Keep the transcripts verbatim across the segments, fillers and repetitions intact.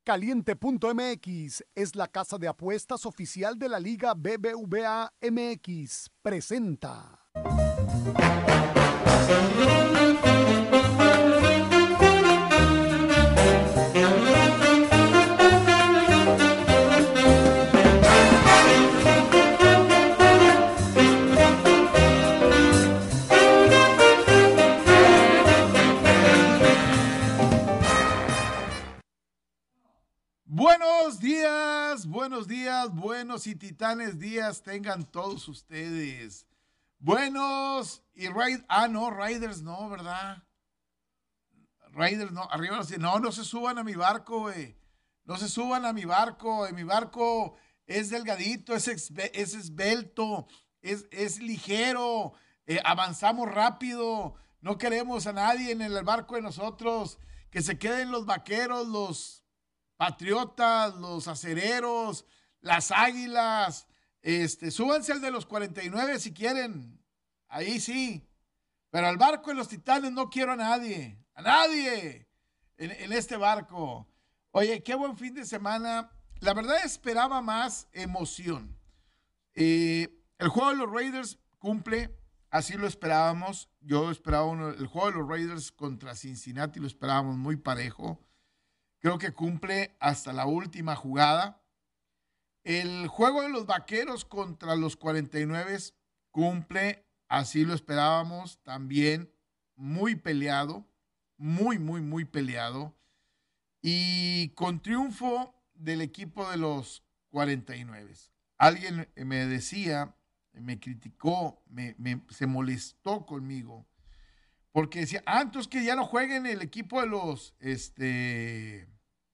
Caliente punto m x es la casa de apuestas oficial de la Liga B B V A M X. Presenta. Buenos días, buenos días, buenos y titanes días tengan todos ustedes. Buenos y Raiders, ah no, Raiders no, ¿verdad? Raiders no, arriba no, no, no se suban a mi barco, güey. No se suban a mi barco, güey. Mi barco es delgadito, es, esbe- es esbelto, es, es ligero, eh, avanzamos rápido, no queremos a nadie en el barco de nosotros, que se queden los vaqueros, los patriotas, los acereros, las águilas, este, súbanse al de los cuarenta y nueve si quieren, ahí sí, pero al barco de los titanes no quiero a nadie, a nadie en, en este barco. Oye, qué buen fin de semana. La verdad esperaba más emoción. Eh, el juego de los Raiders cumple, así lo esperábamos. Yo esperaba uno, el juego de los Raiders contra Cincinnati lo esperábamos muy parejo. Creo que cumple hasta la última jugada. El juego de los Vaqueros contra los cuarenta y nueve cumple, así lo esperábamos, también muy peleado, muy, muy, muy peleado. Y con triunfo del equipo de los cuarenta y nueve. Alguien me decía, me criticó, me, me, se molestó conmigo, porque decía, ah, entonces que ya no jueguen el equipo de los, este,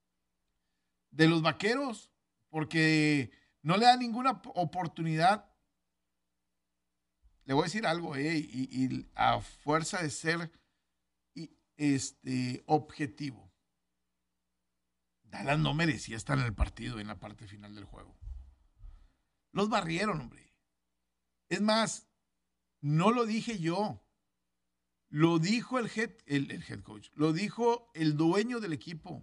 de los Vaqueros, porque no le da ninguna oportunidad. Le voy a decir algo, eh, y, y a fuerza de ser y, este, objetivo, Dallas no merecía estar en el partido en la parte final del juego. Los barrieron, hombre. Es más, no lo dije yo, lo dijo el head, el, el head coach, lo dijo el dueño del equipo.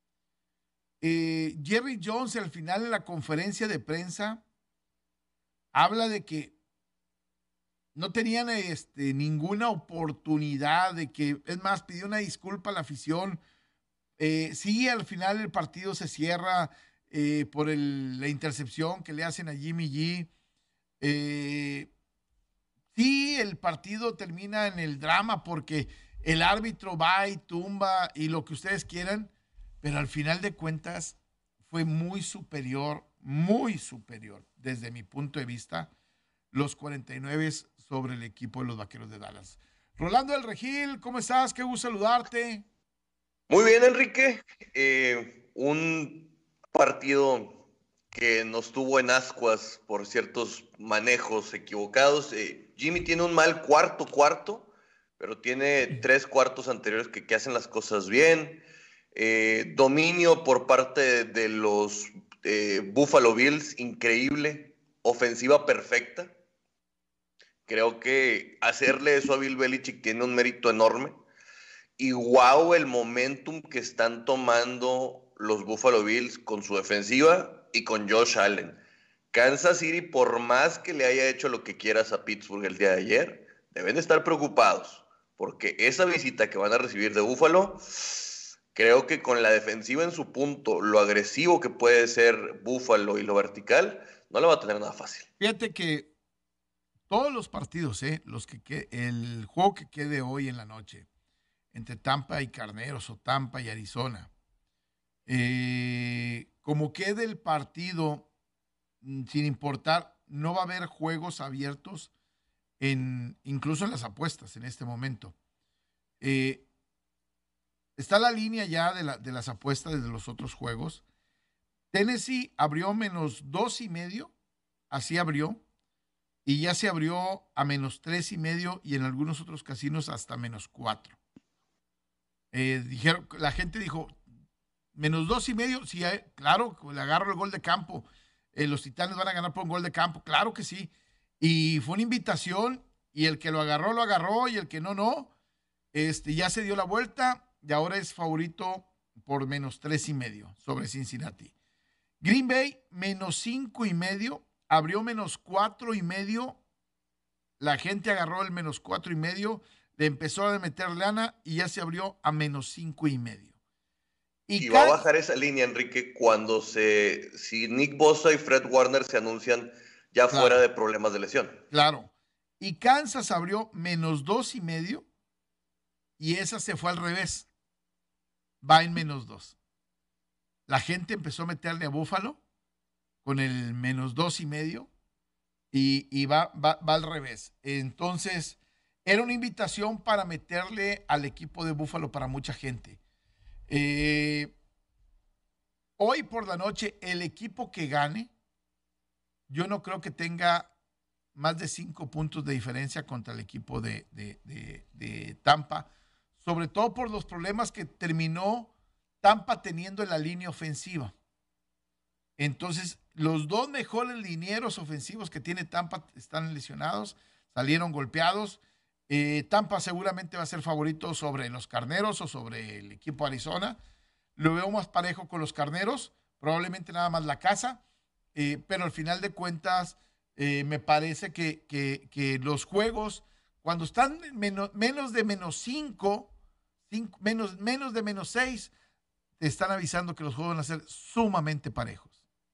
Eh, Jerry Jones al final de la conferencia de prensa habla de que no tenían este, ninguna oportunidad, de que, es más, pidió una disculpa a la afición. Eh, sí, al final el partido se cierra eh, por el, la intercepción que le hacen a Jimmy G. Eh, sí, el partido termina en el drama porque el árbitro va y tumba y lo que ustedes quieran, pero al final de cuentas fue muy superior, muy superior, desde mi punto de vista, los cuarenta y nueve sobre el equipo de los Vaqueros de Dallas. Rolando del Regil, ¿cómo estás? Qué gusto saludarte. Muy bien, Enrique. Eh, un partido que nos tuvo en ascuas por ciertos manejos equivocados. Eh, Jimmy tiene un mal cuarto cuarto, pero tiene tres cuartos anteriores que, que hacen las cosas bien. Eh, dominio por parte de, de los eh, Buffalo Bills, increíble. Ofensiva perfecta. Creo que hacerle eso a Bill Belichick tiene un mérito enorme. Y wow, el momentum que están tomando los Buffalo Bills con su defensiva y con Josh Allen. Kansas City, por más que le haya hecho lo que quieras a Pittsburgh el día de ayer, deben de estar preocupados, porque esa visita que van a recibir de Buffalo, creo que con la defensiva en su punto, lo agresivo que puede ser Buffalo y lo vertical, no le va a tener nada fácil. Fíjate que todos los partidos, ¿eh? Los que, que el juego que quede hoy en la noche, entre Tampa y Carneros o Tampa y Arizona, eh, como quede el partido, sin importar, no va a haber juegos abiertos, en, incluso en las apuestas en este momento. Eh, está la línea ya de, la, de las apuestas de los otros juegos. Tennessee abrió menos dos y medio, así abrió, y ya se abrió a menos tres y medio y en algunos otros casinos hasta menos cuatro. Eh, dijeron, la gente dijo, menos dos y medio, sí, eh, claro, le agarro el gol de campo. Eh, los Titanes van a ganar por un gol de campo, claro que sí. Y fue una invitación y el que lo agarró, lo agarró y el que no, no. Este, ya se dio la vuelta y ahora es favorito por menos tres y medio sobre Cincinnati. Green Bay, menos cinco y medio, abrió menos cuatro y medio. La gente agarró el menos cuatro y medio, le empezó a meter lana y ya se abrió a menos cinco y medio. Y, y va a bajar esa línea, Enrique, cuando se, si Nick Bosa y Fred Warner se anuncian ya claro, fuera de problemas de lesión. Claro. Y Kansas abrió menos dos y medio y esa se fue al revés. Va en menos dos. La gente empezó a meterle a Buffalo con el menos dos y medio y, y va, va, va al revés. Entonces, era una invitación para meterle al equipo de Buffalo para mucha gente. Eh, hoy por la noche, el equipo que gane, yo no creo que tenga más de cinco puntos de diferencia contra el equipo de, de, de, de Tampa, sobre todo por los problemas que terminó Tampa teniendo en la línea ofensiva. Entonces, los dos mejores linieros ofensivos que tiene Tampa están lesionados, salieron golpeados. Eh, Tampa seguramente va a ser favorito sobre los Carneros o sobre el equipo Arizona. Lo veo más parejo con los Carneros, probablemente nada más la casa, eh, pero al final de cuentas eh, me parece que, que, que los juegos, cuando están menos, menos de menos cinco, menos, menos de menos seis, te están avisando que los juegos van a ser sumamente parejos.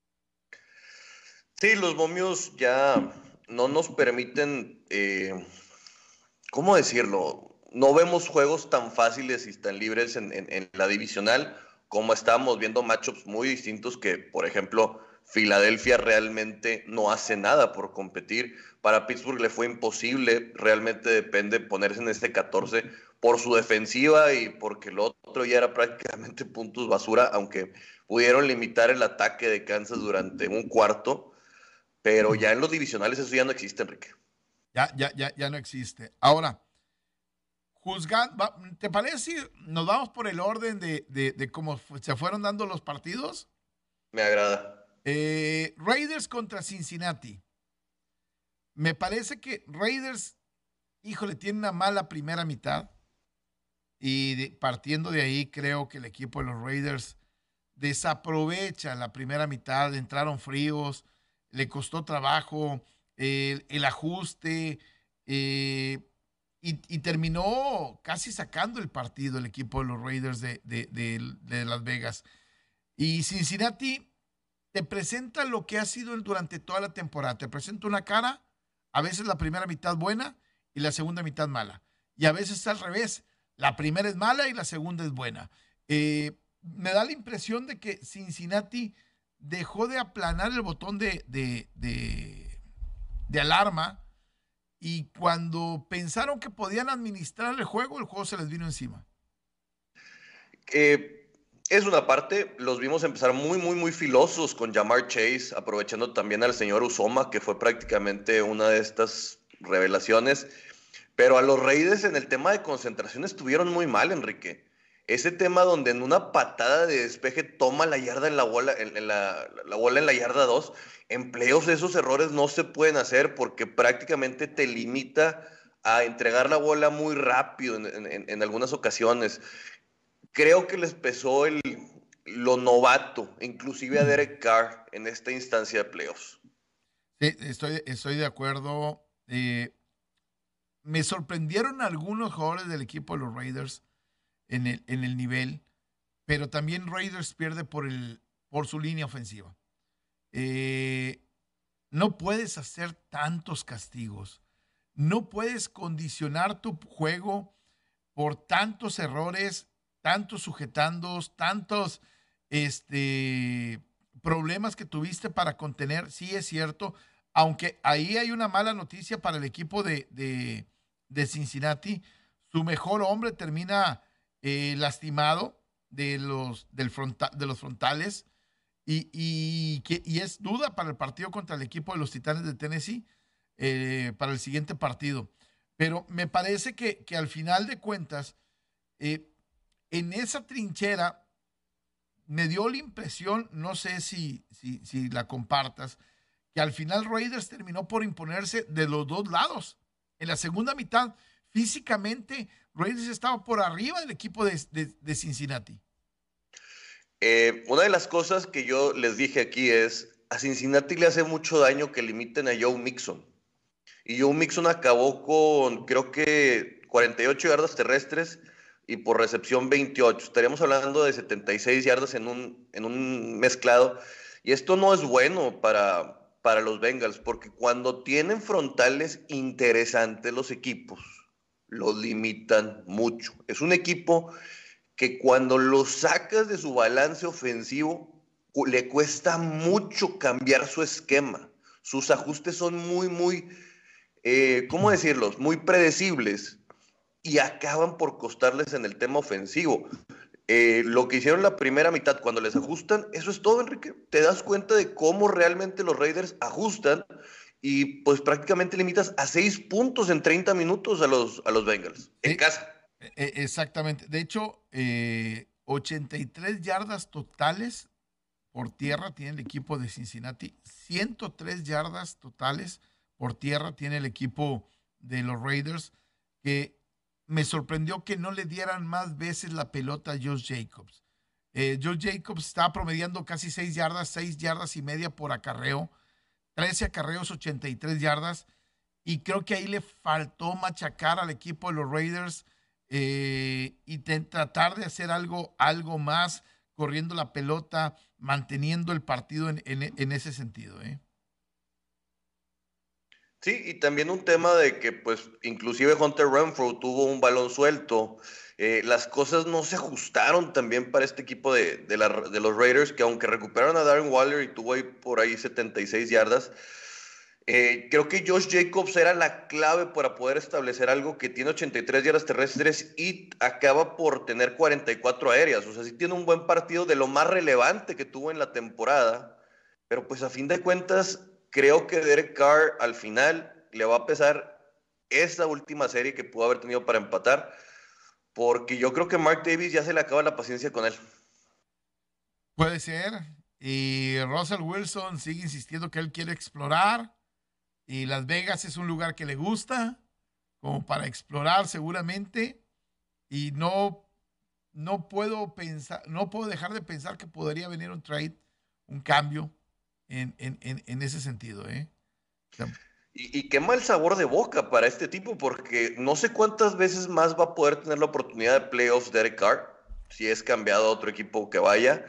Sí, los momios ya no nos permiten, eh, ¿cómo decirlo? No vemos juegos tan fáciles y tan libres en, en, en la divisional como estábamos viendo matchups muy distintos que, por ejemplo, Filadelfia realmente no hace nada por competir. Para Pittsburgh le fue imposible, realmente depende ponerse en este catorce por su defensiva y porque lo otro ya era prácticamente puntos basura, aunque pudieron limitar el ataque de Kansas durante un cuarto. Pero ya en los divisionales eso ya no existe, Enrique. Ya, ya, ya, ya no existe. Ahora, juzgando, ¿te parece si nos vamos por el orden de, de, de cómo se fueron dando los partidos? Me agrada. Eh, Raiders contra Cincinnati. Me parece que Raiders, híjole, tiene una mala primera mitad. Y de, partiendo de ahí, creo que el equipo de los Raiders desaprovecha la primera mitad. Entraron fríos. Le costó trabajo eh, el ajuste eh, y, y terminó casi sacando el partido el equipo de los Raiders de, de, de, de Las Vegas. Y Cincinnati te presenta lo que ha sido durante toda la temporada. Te presenta una cara, a veces la primera mitad buena y la segunda mitad mala. Y a veces al revés, la primera es mala y la segunda es buena. Eh, me da la impresión de que Cincinnati dejó de aplanar el botón de, de, de, de alarma y cuando pensaron que podían administrar el juego, el juego se les vino encima. Eh, es una parte, los vimos empezar muy, muy, muy filosos con Ja'Marr Chase, aprovechando también al señor Uzomah, que fue prácticamente una de estas revelaciones, pero a los Raiders en el tema de concentración estuvieron muy mal, Enrique. Ese tema donde en una patada de despeje toma la yarda en la bola, en, en la, la bola en la yarda dos, en playoffs esos errores no se pueden hacer porque prácticamente te limita a entregar la bola muy rápido en, en, en algunas ocasiones. Creo que les pesó el, lo novato, inclusive a Derek Carr en esta instancia de playoffs. Sí, estoy, estoy de acuerdo. Eh, me sorprendieron algunos jugadores del equipo de los Raiders En el, en el nivel, pero también Raiders pierde por, el, por su línea ofensiva. Eh, no puedes hacer tantos castigos, no puedes condicionar tu juego por tantos errores, tantos sujetandos, tantos este, problemas que tuviste para contener. Sí es cierto, aunque ahí hay una mala noticia para el equipo de, de, de Cincinnati. Su mejor hombre termina Eh, lastimado de los, del fronta, de los frontales y, y, que, y es duda para el partido contra el equipo de los Titanes de Tennessee eh, para el siguiente partido. Pero me parece que, que al final de cuentas eh, en esa trinchera me dio la impresión, no sé si, si, si la compartas, que al final Raiders terminó por imponerse de los dos lados. En la segunda mitad físicamente Raiders estaba por arriba del equipo de, de, de Cincinnati. Eh, una de las cosas que yo les dije aquí es, a Cincinnati le hace mucho daño que limiten a Joe Mixon. Y Joe Mixon acabó con, creo que, cuarenta y ocho yardas terrestres y por recepción veintiocho. Estaríamos hablando de setenta y seis yardas en un, en un mezclado. Y esto no es bueno para, para los Bengals, porque cuando tienen frontales interesantes los equipos, los limitan mucho. Es un equipo que cuando lo sacas de su balance ofensivo, le cuesta mucho cambiar su esquema. Sus ajustes son muy, muy, eh, ¿cómo decirlos? Muy predecibles y acaban por costarles en el tema ofensivo. Eh, lo que hicieron la primera mitad cuando les ajustan, eso es todo, Enrique. Te das cuenta de cómo realmente los Raiders ajustan y pues prácticamente limitas a seis puntos en treinta minutos a los, a los Bengals, en Eh, casa. eh, exactamente. De hecho, eh, ochenta y tres yardas totales por tierra tiene el equipo de Cincinnati, ciento tres yardas totales por tierra tiene el equipo de los Raiders, que me sorprendió que no le dieran más veces la pelota a Josh Jacobs. Eh, Josh Jacobs está promediando casi seis yardas, seis yardas y media por acarreo, trece acarreos, ochenta y tres yardas, y creo que ahí le faltó machacar al equipo de los Raiders eh, y te, tratar de hacer algo, algo más, corriendo la pelota, manteniendo el partido en, en, en ese sentido. ¿eh? Sí, y también un tema de que, pues, inclusive Hunter Renfrow tuvo un balón suelto. Eh, las cosas no se ajustaron también para este equipo de, de, la, de los Raiders, que aunque recuperaron a Darren Waller y tuvo ahí por ahí setenta y seis yardas, eh, creo que Josh Jacobs era la clave para poder establecer algo que tiene ochenta y tres yardas terrestres y acaba por tener cuarenta y cuatro aéreas. O sea, sí tiene un buen partido de lo más relevante que tuvo en la temporada, pero pues a fin de cuentas creo que Derek Carr al final le va a pesar esa última serie que pudo haber tenido para empatar, porque yo creo que Mark Davis ya se le acaba la paciencia con él. Puede ser. Y Russell Wilson sigue insistiendo que él quiere explorar. Y Las Vegas es un lugar que le gusta, como para explorar seguramente. Y no, no puedo pensar, no puedo dejar de pensar que podría venir un trade, un cambio en, en, en, en ese sentido. ¿eh? O sea, Y, y qué mal sabor de boca para este tipo, porque no sé cuántas veces más va a poder tener la oportunidad de playoffs Derek Carr, si es cambiado a otro equipo que vaya.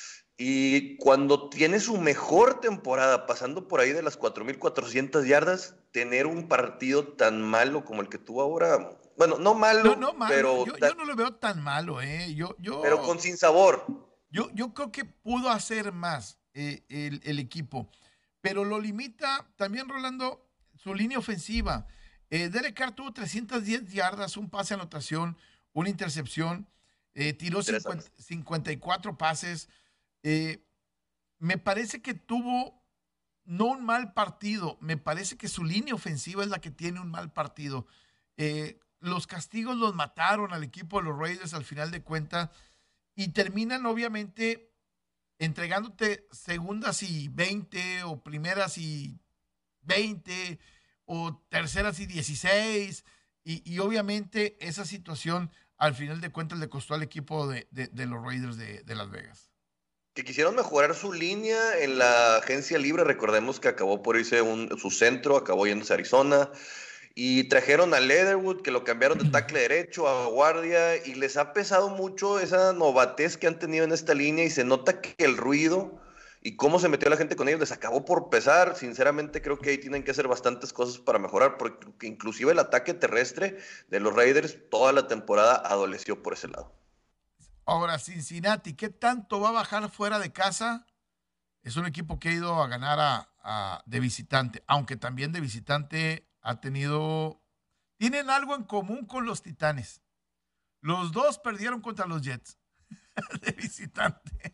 Y cuando tiene su mejor temporada, pasando por ahí de las cuatro mil cuatrocientas yardas, tener un partido tan malo como el que tuvo ahora, bueno, no no, no, malo, malo. pero, Yo, ta- yo no lo veo tan malo. ¿eh? Yo, pero yo, con sin sabor. yo, yo creo que pudo hacer más eh, el, el equipo. Pero lo limita también, Rolando, su línea ofensiva. Eh, Derek Carr tuvo trescientas diez yardas, un pase de anotación, una intercepción, eh, tiró Interesante. cincuenta, cincuenta y cuatro pases. Eh, me parece que tuvo no un mal partido, me parece que su línea ofensiva es la que tiene un mal partido. Eh, los castigos los mataron al equipo de los Raiders al final de cuentas y terminan obviamente entregándote segundas y veinte o primeras y veinte o terceras y dieciséis y, y obviamente esa situación al final de cuentas le costó al equipo de, de, de los Raiders de, de Las Vegas. Que quisieron mejorar su línea en la agencia libre, recordemos que acabó por irse un, su centro, acabó yéndose a Arizona, y trajeron a Leatherwood, que lo cambiaron de tackle derecho a guardia, y les ha pesado mucho esa novatez que han tenido en esta línea, y se nota que el ruido y cómo se metió la gente con ellos les acabó por pesar. Sinceramente creo que ahí tienen que hacer bastantes cosas para mejorar, porque inclusive el ataque terrestre de los Raiders toda la temporada adoleció por ese lado. Ahora, Cincinnati, ¿qué tanto va a bajar fuera de casa? Es un equipo que ha ido a ganar a, a, de visitante, aunque también de visitante ha tenido... Tienen algo en común con los Titanes. Los dos perdieron contra los Jets de visitante.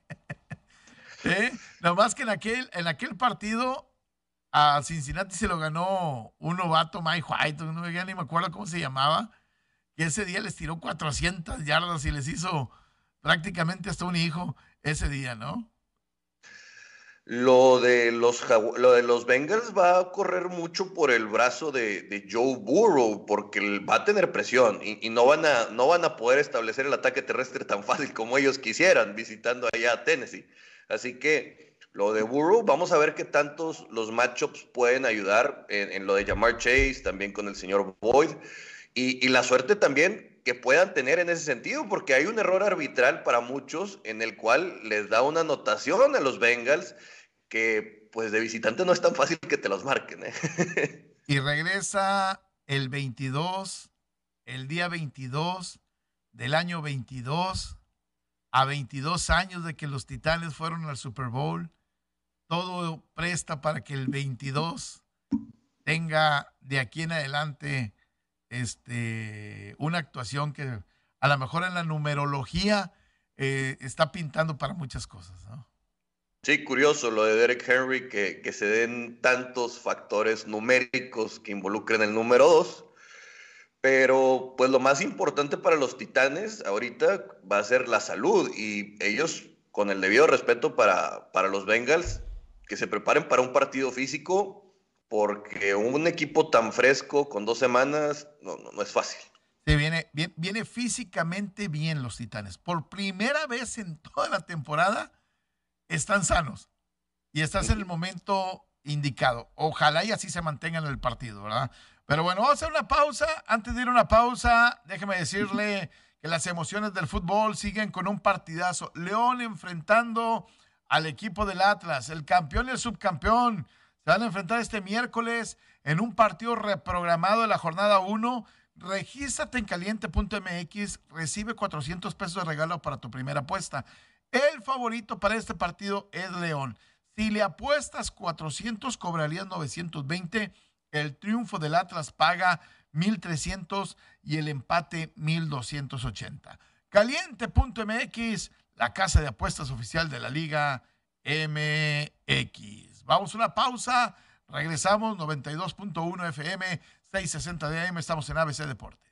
¿Eh? Nada más que en aquel, en aquel partido a Cincinnati se lo ganó un novato, Mike White, no, ya ni me acuerdo cómo se llamaba, que ese día les tiró cuatrocientas yardas y les hizo prácticamente hasta un hijo ese día, ¿no? Lo de los, lo de los Bengals va a correr mucho por el brazo de, de Joe Burrow, porque va a tener presión y, y no, van a, no van a poder establecer el ataque terrestre tan fácil como ellos quisieran visitando allá a Tennessee. Así que lo de Burrow, vamos a ver qué tantos los matchups pueden ayudar en, en lo de Ja'Marr Chase, también con el señor Boyd, y, y la suerte también que puedan tener en ese sentido, porque hay un error arbitral para muchos en el cual les da una anotación a los Bengals que pues de visitante no es tan fácil que te los marquen, ¿eh? Y regresa el veintidós, el día veintidós del año veintidós, a veintidós años de que los Titanes fueron al Super Bowl. Todo presta para que el veintidós tenga de aquí en adelante este, una actuación que a lo mejor en la numerología eh, está pintando para muchas cosas, ¿no? Sí, curioso lo de Derek Henry, que, que se den tantos factores numéricos que involucren el número dos, pero pues lo más importante para los Titanes ahorita va a ser la salud, y ellos, con el debido respeto para, para los Bengals, que se preparen para un partido físico, porque un equipo tan fresco con dos semanas no, no, no es fácil. Sí, viene, viene, viene físicamente bien los Titanes. Por primera vez en toda la temporada están sanos y estás en el momento indicado. Ojalá y así se mantengan en el partido, ¿verdad? Pero bueno, vamos a hacer una pausa. Antes de ir a una pausa, déjeme decirle que las emociones del fútbol siguen con un partidazo. León enfrentando al equipo del Atlas, el campeón y el subcampeón. Se van a enfrentar este miércoles en un partido reprogramado de la jornada uno. Regístrate en caliente punto m x, recibe cuatrocientos pesos de regalo para tu primera apuesta. El favorito para este partido es León. Si le apuestas cuatrocientos, cobrarías novecientos veinte. El triunfo del Atlas paga mil trescientos y el empate mil doscientos ochenta. caliente punto m x, la casa de apuestas oficial de la Liga M X. Vamos a una pausa. Regresamos, noventa y dos punto uno F M, seiscientos sesenta de A M. Estamos en A B C Deportes.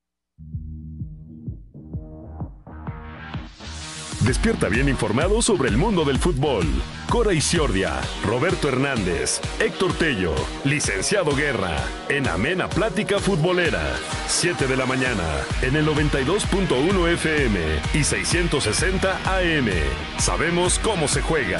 Despierta bien informado sobre el mundo del fútbol. Cora Isiordia, Roberto Hernández, Héctor Tello, Licenciado Guerra, en amena plática futbolera. siete de la mañana, en el noventa y dos punto uno F M y seiscientos sesenta A M. Sabemos cómo se juega.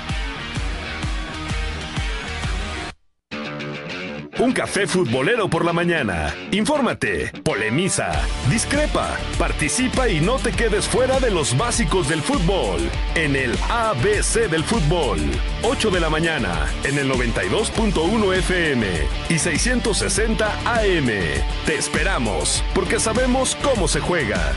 Un café futbolero por la mañana. Infórmate, polemiza, discrepa, participa y no te quedes fuera de los básicos del fútbol. En el A B C del fútbol. ocho de la mañana, en el noventa y dos punto uno F M y seiscientos sesenta A M. Te esperamos, porque sabemos cómo se juega.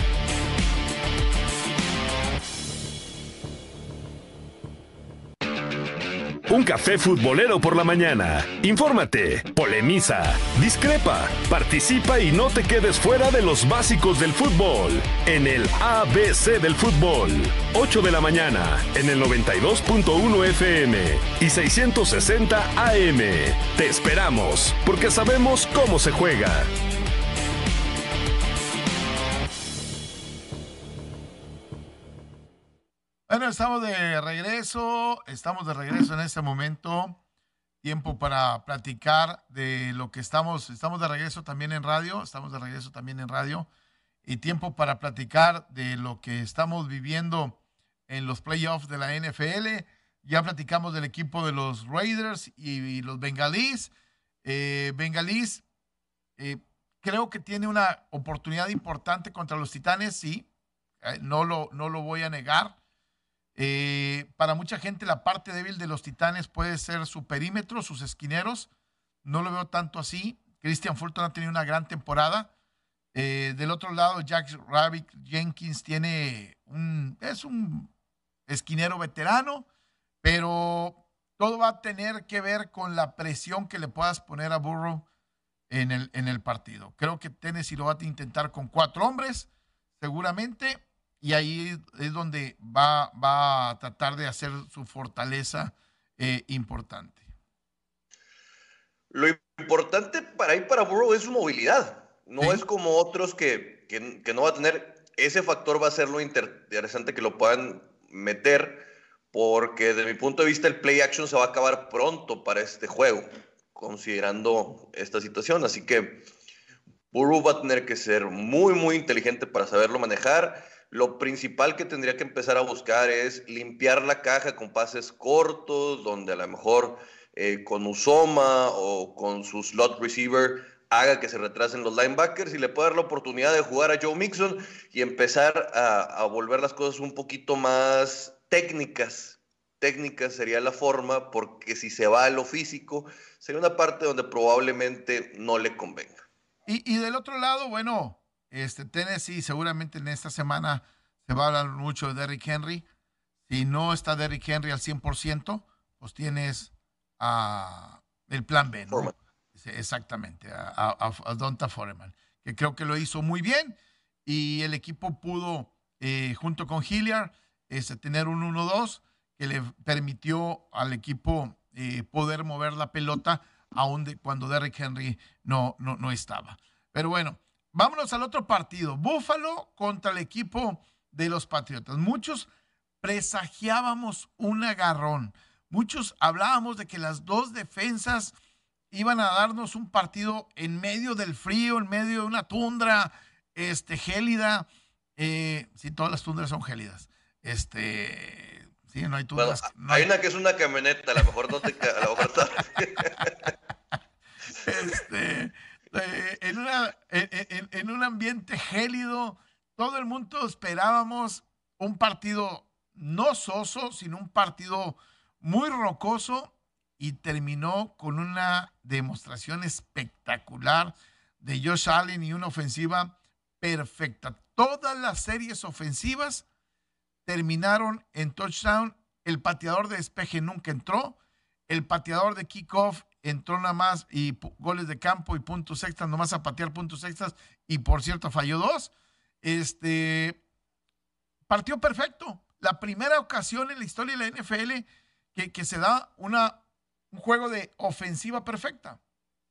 Un café futbolero por la mañana. Infórmate, polemiza, discrepa, participa y no te quedes fuera de los básicos del fútbol. En el A B C del fútbol. ocho de la mañana, en el noventa y dos punto uno F M y seiscientos sesenta A M. Te esperamos, porque sabemos cómo se juega. Bueno, estamos de regreso, estamos de regreso en este momento. Tiempo para platicar de lo que estamos, estamos de regreso también en radio, estamos de regreso también en radio. Y tiempo para platicar de lo que estamos viviendo en los playoffs de la N F L. Ya platicamos del equipo de los Raiders y, y los Bengalís. Eh, Bengalís eh, creo que tiene una oportunidad importante contra los Titanes, sí, eh, no lo, no lo voy a negar. Eh, para mucha gente la parte débil de los Titanes puede ser su perímetro, sus esquineros. No lo veo tanto así. Christian Fulton ha tenido una gran temporada. Eh, del otro lado, Jack Rabbit Jenkins tiene un, es un esquinero veterano, pero todo va a tener que ver con la presión que le puedas poner a Burrow en el, en el partido. Creo que Tennessee lo va a intentar con cuatro hombres, seguramente. Y ahí es donde va, va a tratar de hacer su fortaleza eh, importante. Lo importante para ir para Burrow es su movilidad. No ¿Sí? es como otros que, que, que no va a tener. Ese factor va a ser lo interesante que lo puedan meter, porque desde mi punto de vista el play action se va a acabar pronto para este juego, considerando esta situación. Así que Burrow va a tener que ser muy, muy inteligente para saberlo manejar. Lo principal que tendría que empezar a buscar es limpiar la caja con pases cortos, donde a lo mejor eh, con Uzoma o con su slot receiver haga que se retrasen los linebackers y le pueda dar la oportunidad de jugar a Joe Mixon y empezar a, a volver las cosas un poquito más técnicas. Técnicas sería la forma, porque si se va a lo físico, sería una parte donde probablemente no le convenga. Y, y del otro lado, bueno, este Tennessee seguramente en esta semana se va a hablar mucho de Derrick Henry. Si no está Derrick Henry al cien por ciento, pues tienes a el plan B, ¿no? Foreman. Sí, exactamente, a, a, a Donta Foreman, que creo que lo hizo muy bien y el equipo pudo, eh, junto con Hilliard, este, tener un uno dos que le permitió al equipo eh, poder mover la pelota aún de, cuando Derrick Henry no, no, no estaba. Pero bueno, vámonos al otro partido. Buffalo contra el equipo de los Patriotas. Muchos presagiábamos un agarrón. Muchos hablábamos de que las dos defensas iban a darnos un partido en medio del frío, en medio de una tundra este, gélida. Eh, sí, todas las tundras son gélidas. Este, sí, no hay tundras. Bueno, no hay hay... una que es una camioneta, a lo mejor no te... A lo mejor este, eh, en, una, en, en, en un ambiente gélido, todo el mundo esperábamos un partido no soso, sino un partido muy rocoso, y terminó con una demostración espectacular de Josh Allen y una ofensiva perfecta. Todas las series ofensivas terminaron en touchdown. El pateador de despeje nunca entró. El pateador de kickoff entró nada más y goles de campo y puntos extras, nomás a patear puntos extras, y por cierto falló dos. Este partido perfecto. La primera ocasión en la historia de la N F L que, que se da una un juego de ofensiva perfecta.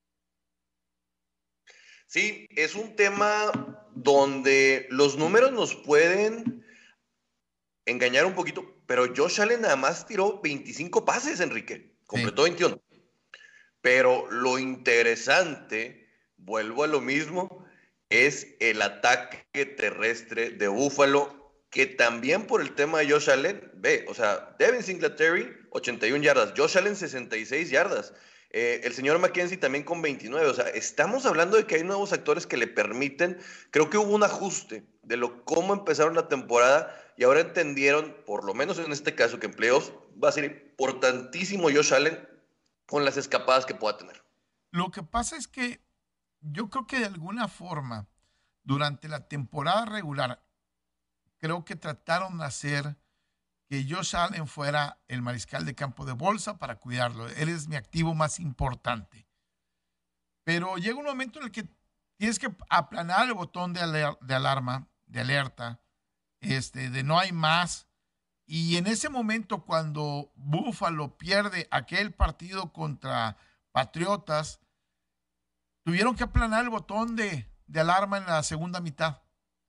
Sí, es un tema donde los números nos pueden engañar un poquito, pero Josh Allen nada más tiró veinticinco pases, Enrique. Completó sí. veintiuno. Pero lo interesante, vuelvo a lo mismo, es el ataque terrestre de Buffalo, que también por el tema de Josh Allen, ve, o sea, Devin Singletary, ochenta y una yardas, Josh Allen, sesenta y seis yardas, eh, el señor McKenzie también con veintinueve, o sea, estamos hablando de que hay nuevos actores que le permiten, creo que hubo un ajuste de lo cómo empezaron la temporada, y ahora entendieron, por lo menos en este caso, que en playoffs va a ser importantísimo Josh Allen con las escapadas que pueda tener. Lo que pasa es que yo creo que de alguna forma, durante la temporada regular, creo que trataron de hacer que Josh Allen fuera el mariscal de campo de bolsa para cuidarlo. Él es mi activo más importante. Pero llega un momento en el que tienes que aplanar el botón de, aler- de alarma, de alerta, este, de no hay más. Y en ese momento, cuando Buffalo pierde aquel partido contra Patriotas, tuvieron que aplanar el botón de, de alarma en la segunda mitad.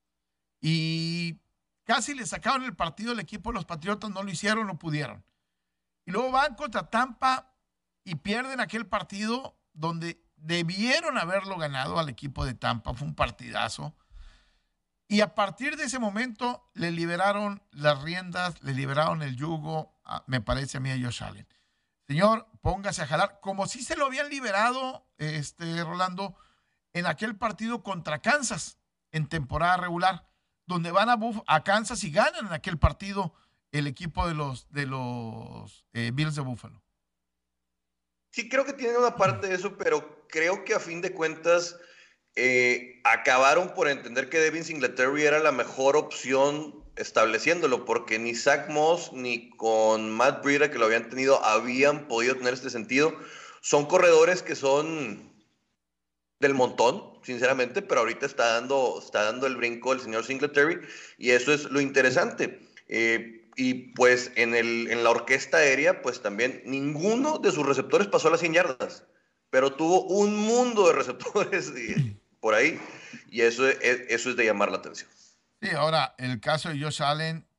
Y casi le sacaron el partido al equipo de los Patriotas, no lo hicieron, no pudieron. Y luego van contra Tampa y pierden aquel partido donde debieron haberlo ganado al equipo de Tampa, fue un partidazo. Y a partir de ese momento le liberaron las riendas, le liberaron el yugo, a, me parece a mí, a Josh Allen. Señor, póngase a jalar, como si se lo habían liberado, este, Rolando, en aquel partido contra Kansas, en temporada regular, donde van a, Buff- a Kansas y ganan en aquel partido el equipo de los, de los eh, Bills de Buffalo. Sí, creo que tiene una parte de eso, pero creo que a fin de cuentas eh, acabaron por entender que Devin Singletary era la mejor opción estableciéndolo, porque ni Zach Moss ni con Matt Breida, que lo habían tenido, habían podido tener este sentido. Son corredores que son del montón, sinceramente, pero ahorita está dando, está dando el brinco el señor Singletary, y eso es lo interesante. Eh, y pues en, el, en la orquesta aérea, pues también ninguno de sus receptores pasó a las cien yardas, pero tuvo un mundo de receptores por ahí, y eso es, eso es de llamar la atención. Sí, ahora, el caso de Josh Allen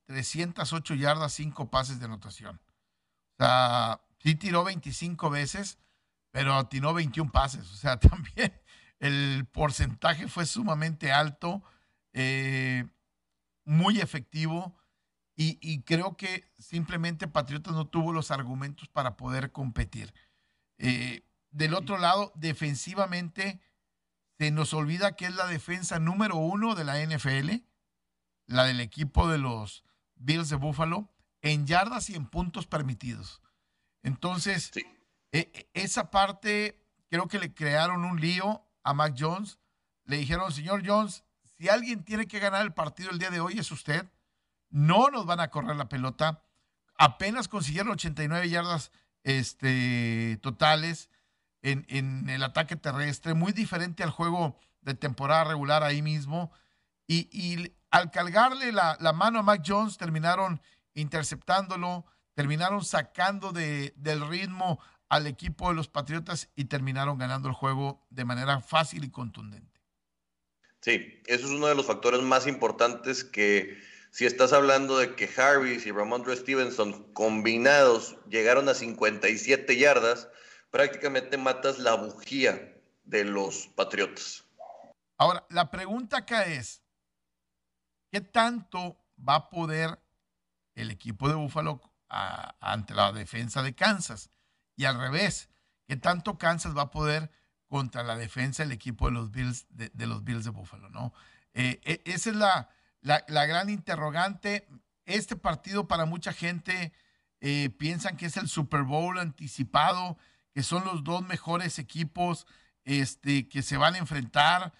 trescientas ocho yardas, cinco pases de anotación. O sea, sí tiró veinticinco veces, pero atinó veintiún pases. O sea, también el porcentaje fue sumamente alto, eh, muy efectivo, y, y creo que simplemente Patriotas no tuvo los argumentos para poder competir. Eh, del otro lado, defensivamente, se nos olvida que es la defensa número uno de la N F L, la del equipo de los Bills de Buffalo, en yardas y en puntos permitidos. Entonces, sí. eh, esa parte creo que le crearon un lío a Mac Jones. Le dijeron, señor Jones, si alguien tiene que ganar el partido el día de hoy es usted. No nos van a correr la pelota. Apenas consiguieron ochenta y nueve yardas este, totales en, en el ataque terrestre, muy diferente al juego de temporada regular ahí mismo. Y, y al cargarle la, la mano a Mac Jones, terminaron interceptándolo, terminaron sacando de, del ritmo al equipo de los Patriotas y terminaron ganando el juego de manera fácil y contundente. Sí, eso es uno de los factores más importantes, que si estás hablando de que Harris y Ramondre Stevenson combinados llegaron a cincuenta y siete yardas, prácticamente matas la bujía de los Patriotas. Ahora, la pregunta acá es, ¿qué tanto va a poder el equipo de Buffalo a, ante la defensa de Kansas? Y al revés, ¿qué tanto Kansas va a poder contra la defensa del equipo de los Bills de, de los Bills de Buffalo, ¿no? Eh, eh, esa es la, la, la gran interrogante. Este partido para mucha gente eh, piensan que es el Super Bowl anticipado, que son los dos mejores equipos este, que se van a enfrentar,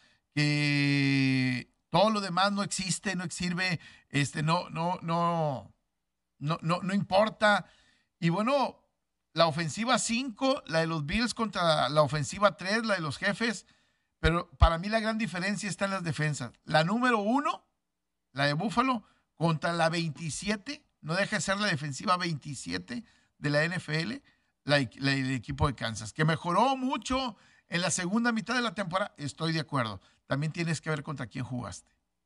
que todo lo demás no existe, no sirve, este, no, no, no, no, no, no importa. Y bueno, la ofensiva cinco, la de los Bills contra la ofensiva tres, la de los Jefes, pero para mí la gran diferencia está en las defensas. La número uno, la de Buffalo, contra la veintisiete, no deja de ser la defensiva veintisiete de la N F L, la, la del equipo de Kansas, que mejoró mucho en la segunda mitad de la temporada. Estoy de acuerdo. También tienes que ver contra quién jugaste.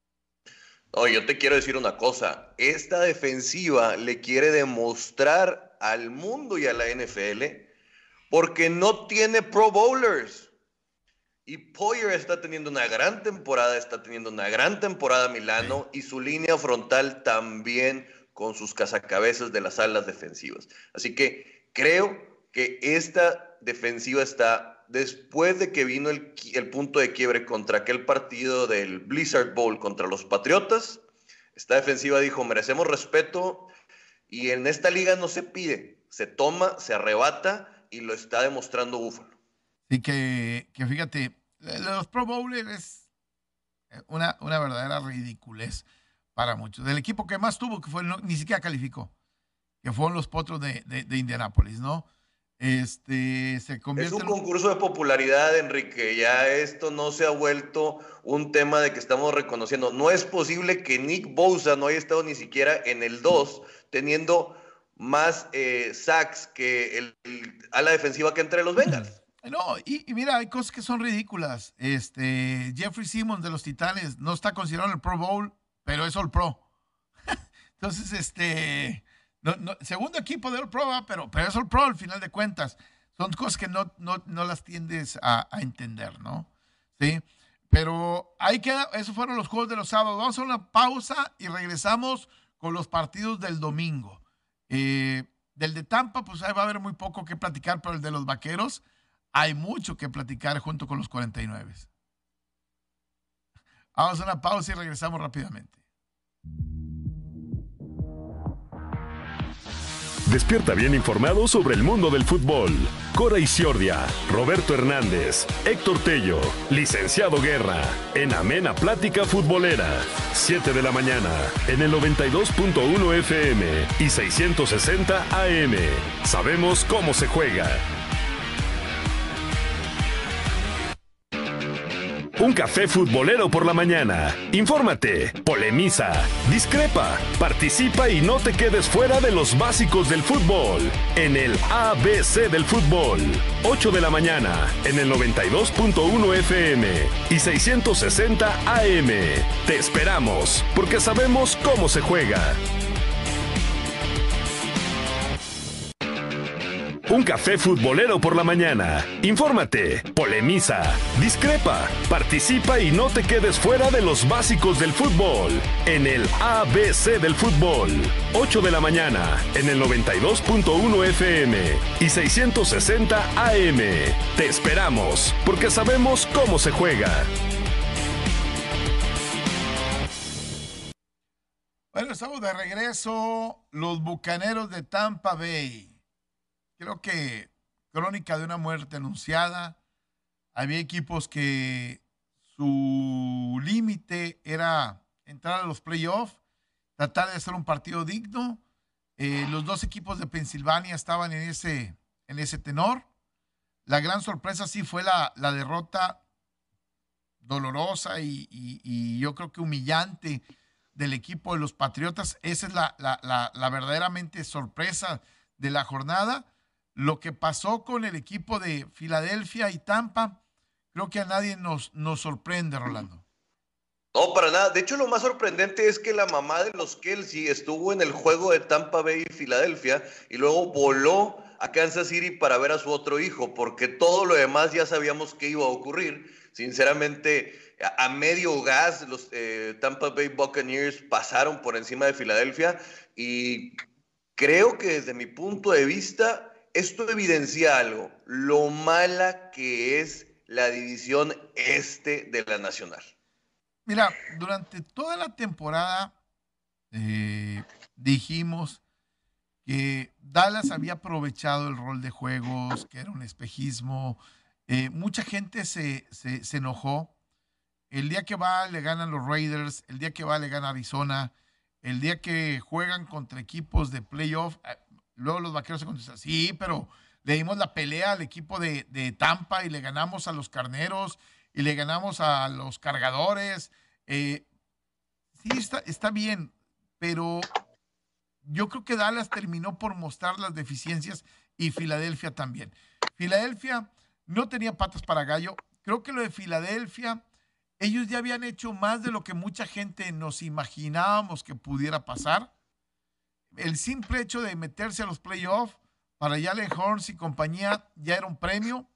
No, yo te quiero decir una cosa. Esta defensiva le quiere demostrar al mundo y a la N F L porque no tiene Pro Bowlers. Y Poyer está teniendo una gran temporada, está teniendo una gran temporada Milano, sí. Y su línea frontal también con sus cazacabezas de las alas defensivas. Así que creo que esta defensiva está, después de que vino el, el punto de quiebre contra aquel partido del Blizzard Bowl contra los Patriotas, esta defensiva dijo, merecemos respeto, y en esta liga no se pide, se toma, se arrebata, y lo está demostrando Buffalo. Sí, que, que fíjate, los Pro Bowlers es una, una verdadera ridiculez para muchos. Del equipo que más tuvo, que fue, no, ni siquiera calificó, que fueron los Potros de, de, de Indianápolis, ¿no? Este, se convierte es un en... concurso de popularidad, Enrique. Ya esto no se ha vuelto un tema de que estamos reconociendo. No es posible que Nick Bosa no haya estado ni siquiera en el dos, teniendo más eh, sacks que el, el, a la defensiva que entre los Bengals. No, y, y mira, hay cosas que son ridículas. Este, Jeffrey Simmons de los Titanes no está considerado en el Pro Bowl, pero es All Pro. Entonces, este... No, no, segundo equipo de All Pro, pero, pero es All Pro al final de cuentas. Son cosas que no, no, no las tiendes a, a entender, ¿no? Sí, pero ahí queda, esos fueron los juegos de los sábados. Vamos a hacer una pausa y regresamos con los partidos del domingo. Eh, del de Tampa, pues ahí va a haber muy poco que platicar, pero el de los Vaqueros hay mucho que platicar junto con los cuarenta y nueve. Vamos a una pausa y regresamos rápidamente. Despierta bien informado sobre el mundo del fútbol. Cora Isiordia, Roberto Hernández, Héctor Tello, Licenciado Guerra, en Amena Plática Futbolera. siete de la mañana, en el noventa y dos punto uno F M y seiscientos sesenta A M. Sabemos cómo se juega. Un café futbolero por la mañana. Infórmate, polemiza, discrepa, participa y no te quedes fuera de los básicos del fútbol. En el A B C del fútbol. ocho de la mañana, en el noventa y dos punto uno F M y seiscientos sesenta A M. Te esperamos, porque sabemos cómo se juega. Un café futbolero por la mañana. Infórmate, polemiza, discrepa, participa y no te quedes fuera de los básicos del fútbol. En el A B C del fútbol. ocho de la mañana en el noventa y dos punto uno F M y seiscientos sesenta A M. Te esperamos porque sabemos cómo se juega. Bueno, estamos de regreso. Los Bucaneros de Tampa Bay. Creo que crónica de una muerte anunciada. Había equipos que su límite era entrar a los playoffs, tratar de hacer un partido digno. Eh, los dos equipos de Pensilvania estaban en ese, en ese tenor. La gran sorpresa sí fue la, la derrota dolorosa y, y, y yo creo que humillante del equipo de los Patriotas. Esa es la, la, la, la verdaderamente sorpresa de la jornada. Lo que pasó con el equipo de Filadelfia y Tampa, creo que a nadie nos, nos sorprende, Rolando. No, para nada. De hecho, lo más sorprendente es que la mamá de los Kelce estuvo en el juego de Tampa Bay y Filadelfia y luego voló a Kansas City para ver a su otro hijo, porque todo lo demás ya sabíamos que iba a ocurrir. Sinceramente, a medio gas, los eh, Tampa Bay Buccaneers pasaron por encima de Filadelfia y creo que desde mi punto de vista esto evidencia algo, lo mala que es la división este de la Nacional. Mira, durante toda la temporada eh, dijimos que Dallas había aprovechado el rol de juegos, que era un espejismo. Eh, mucha gente se, se, se enojó. El día que va le ganan los Raiders, el día que va le gana Arizona, el día que juegan contra equipos de playoff, eh, luego los vaqueros se contestan, sí, pero le dimos la pelea al equipo de, de Tampa y le ganamos a los Carneros y le ganamos a los Cargadores. Eh, sí, está, está bien, pero yo creo que Dallas terminó por mostrar las deficiencias y Filadelfia también. Filadelfia no tenía patas para gallo. Creo que lo de Filadelfia, ellos ya habían hecho más de lo que mucha gente nos imaginábamos que pudiera pasar. El simple hecho de meterse a los playoffs para Jalen Hurts y compañía ya era un premio.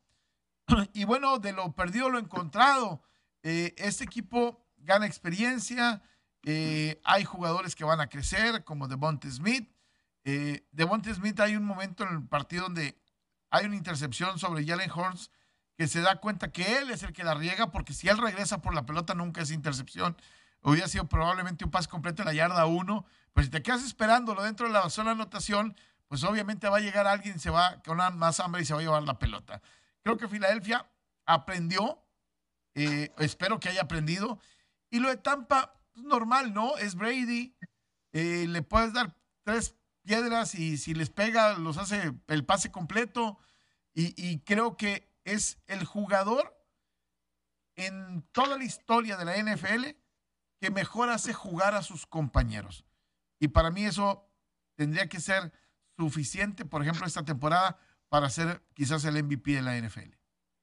Y bueno, de lo perdido lo encontrado. Eh, este equipo gana experiencia. Eh, hay jugadores que van a crecer, como Devonta Smith. Eh, Devonta Smith, hay un momento en el partido donde hay una intercepción sobre Jalen Hurts que se da cuenta que él es el que la riega, porque si él regresa por la pelota nunca es intercepción. Hubiera sido probablemente un pase completo en la yarda uno, pero si te quedas esperándolo dentro de la zona de anotación, pues obviamente va a llegar alguien, se va con más hambre y se va a llevar la pelota. Creo que Filadelfia aprendió, eh, espero que haya aprendido, y lo de Tampa, pues normal, ¿no? Es Brady, eh, le puedes dar tres piedras y si les pega, los hace el pase completo, y, y creo que es el jugador en toda la historia de la N F L que mejor hace jugar a sus compañeros. Y para mí eso tendría que ser suficiente, por ejemplo, esta temporada, para ser quizás el M V P de la N F L.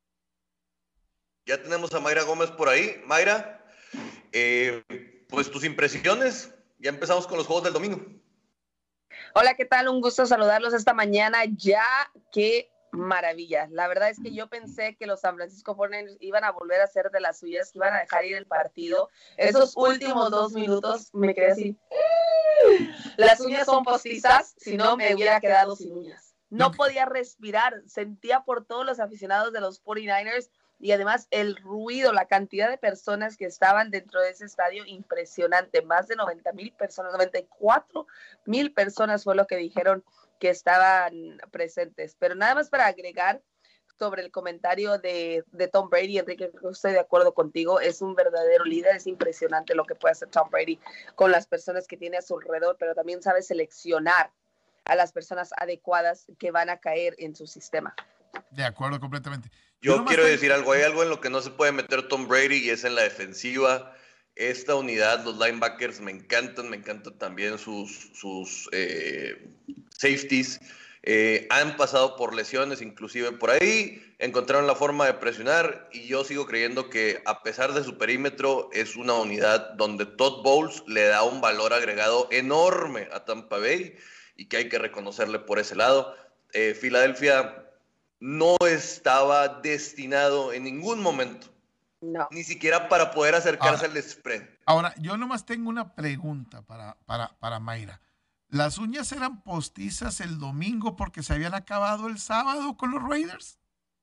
Ya tenemos a Mayra Gómez por ahí. Mayra, eh, pues tus impresiones. Ya empezamos con los juegos del domingo. Hola, ¿qué tal? Un gusto saludarlos esta mañana. Ya, qué maravilla. La verdad es que yo pensé que los San Francisco cuarenta y nueve iban a volver a hacer de las suyas, que iban a dejar ir el partido. Esos últimos dos minutos me quedé así. Las uñas son postizas, si no me hubiera quedado sin uñas. No podía respirar, sentía por todos los aficionados de los cuarenta y nueve ers y además el ruido, la cantidad de personas que estaban dentro de ese estadio, impresionante. Más de noventa mil personas, noventa y cuatro mil personas fue lo que dijeron que estaban presentes. Pero nada más para agregar sobre el comentario de, de Tom Brady, Enrique, estoy de acuerdo contigo, es un verdadero líder, es impresionante lo que puede hacer Tom Brady con las personas que tiene a su alrededor, pero también sabe seleccionar a las personas adecuadas que van a caer en su sistema. De acuerdo, completamente. Yo, Yo quiero estoy... decir algo, hay algo en lo que no se puede meter Tom Brady y es en la defensiva. Esta unidad, los linebackers me encantan, me encantan también sus, sus eh, safeties. Eh, han pasado por lesiones, inclusive por ahí, encontraron la forma de presionar y yo sigo creyendo que a pesar de su perímetro es una unidad donde Todd Bowles le da un valor agregado enorme a Tampa Bay y que hay que reconocerle por ese lado. eh, Filadelfia no estaba destinado en ningún momento, No. ni siquiera para poder acercarse Ahora, al spread. Ahora, yo nomás tengo una pregunta para, para, para Mayra. ¿Las uñas eran postizas el domingo porque se habían acabado el sábado con los Raiders?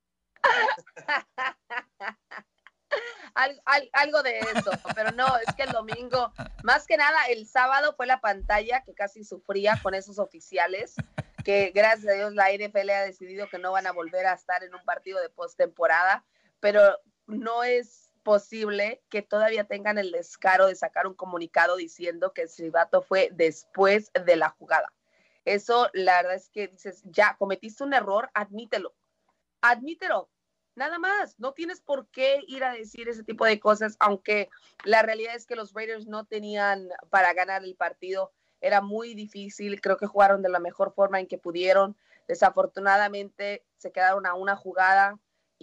Al, al, algo de eso, pero no, es que el domingo, más que nada el sábado fue la pantalla que casi sufría con esos oficiales, que gracias a Dios la N F L ha decidido que no van a volver a estar en un partido de postemporada, pero no es posible que todavía tengan el descaro de sacar un comunicado diciendo que el silbato fue después de la jugada. Eso, la verdad es que dices, ya, cometiste un error, admítelo, admítelo. Nada más, no tienes por qué ir a decir ese tipo de cosas, aunque la realidad es que los Raiders no tenían para ganar el partido, era muy difícil, creo que jugaron de la mejor forma en que pudieron, desafortunadamente se quedaron a una jugada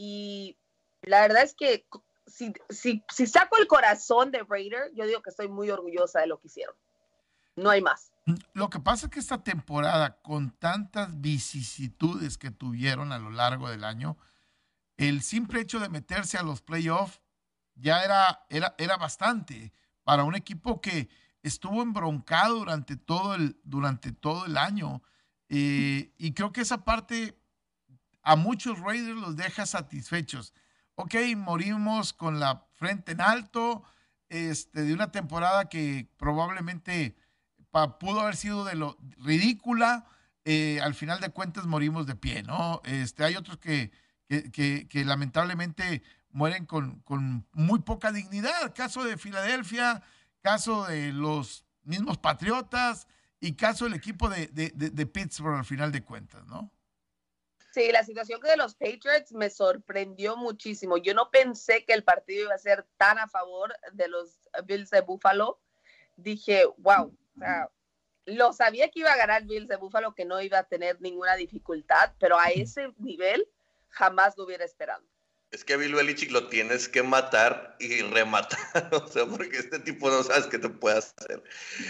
y la verdad es que si, si, si saco el corazón de Raider, yo digo que estoy muy orgullosa de lo que hicieron, no hay más. Lo que pasa es que esta temporada, con tantas vicisitudes que tuvieron a lo largo del año, el simple hecho de meterse a los playoffs ya era, era, era bastante para un equipo que estuvo embroncado durante todo el, durante todo el año. Eh, y creo que esa parte a muchos Raiders los deja satisfechos. Ok, morimos con la frente en alto este, de una temporada que probablemente pa, pudo haber sido de lo ridícula. Eh, al final de cuentas morimos de pie, ¿no? Este, hay otros que Que, que, que lamentablemente mueren con, con muy poca dignidad. Caso de Filadelfia, caso de los mismos Patriotas y caso del equipo de, de, de, de Pittsburgh al final de cuentas, ¿no? Sí, la situación de los Patriots me sorprendió muchísimo. Yo no pensé que el partido iba a ser tan a favor de los Bills de Buffalo. Dije, wow, o sea, lo sabía que iba a ganar Bills de Buffalo, que no iba a tener ninguna dificultad, pero a ese nivel jamás lo hubiera esperado. Es que a Bill Belichick lo tienes que matar y rematar, o sea, porque este tipo no sabes qué te puede hacer.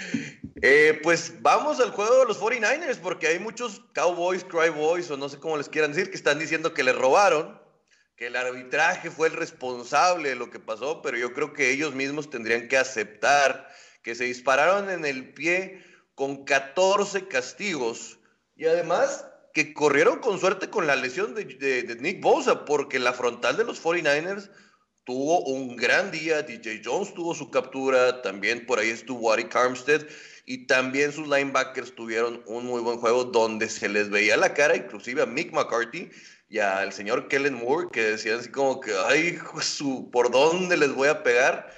Eh, pues vamos al juego de los cuarenta y nueve ers, porque hay muchos Cowboys, Cryboys, o no sé cómo les quieran decir, que están diciendo que les robaron, que el arbitraje fue el responsable de lo que pasó, pero yo creo que ellos mismos tendrían que aceptar que se dispararon en el pie con catorce castigos, y además que corrieron con suerte con la lesión de, de, de Nick Bosa, porque la frontal de los cuarenta y nueve ers tuvo un gran día. D J Jones tuvo su captura, también por ahí estuvo Arik Armstead, y también sus linebackers tuvieron un muy buen juego donde se les veía la cara, inclusive a Mick McCarthy y al señor Kellen Moore, que decían así como que, ay, su, ¿por dónde les voy a pegar?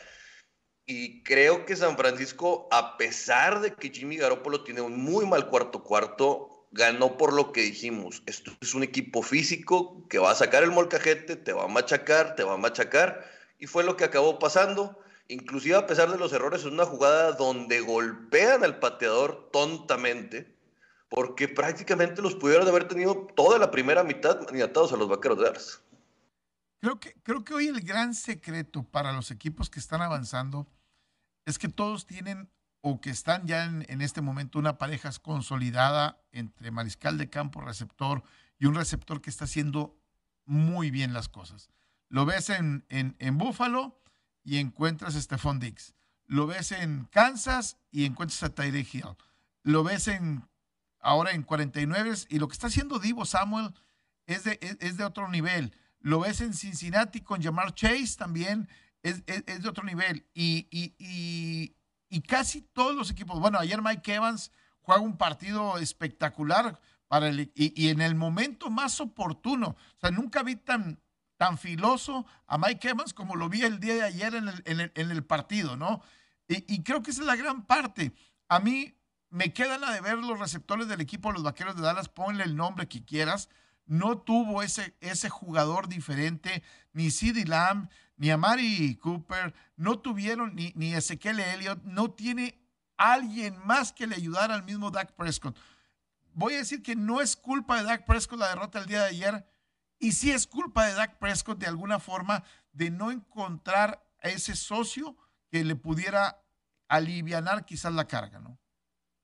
Y creo que San Francisco, a pesar de que Jimmy Garoppolo tiene un muy mal cuarto cuarto, ganó por lo que dijimos. Esto es un equipo físico que va a sacar el molcajete, te va a machacar, te va a machacar, y fue lo que acabó pasando. Inclusive a pesar de los errores, en una jugada donde golpean al pateador tontamente, porque prácticamente los pudieron haber tenido toda la primera mitad maniatados a los Vaqueros de Dallas. Creo que, creo que hoy el gran secreto para los equipos que están avanzando es que todos tienen o que están ya en, en este momento una pareja consolidada entre mariscal de campo, receptor y un receptor que está haciendo muy bien las cosas. Lo ves en, en, en Buffalo y encuentras a Stephon Diggs. Lo ves en Kansas y encuentras a Tyreek Hill. Lo ves en, ahora en cuarenta y nueve ers y lo que está haciendo Deebo Samuel es de, es, es de otro nivel. Lo ves en Cincinnati con Jamar Chase también es, es, es de otro nivel. Y, y, y Y casi todos los equipos, bueno, ayer Mike Evans juega un partido espectacular para el, y, y en el momento más oportuno. O sea, nunca vi tan, tan filoso a Mike Evans como lo vi el día de ayer en el, en el, en el partido, ¿no? Y, y creo que esa es la gran parte. A mí me quedan a deber los receptores del equipo de los Vaqueros de Dallas, ponle el nombre que quieras. No tuvo ese, ese jugador diferente, ni CeeDee Lamb, ni Amari Cooper, no tuvieron ni, ni Ezekiel Elliott, no tiene alguien más que le ayudara al mismo Dak Prescott. Voy a decir que no es culpa de Dak Prescott la derrota el día de ayer, y sí es culpa de Dak Prescott de alguna forma de no encontrar a ese socio que le pudiera alivianar quizás la carga, ¿no?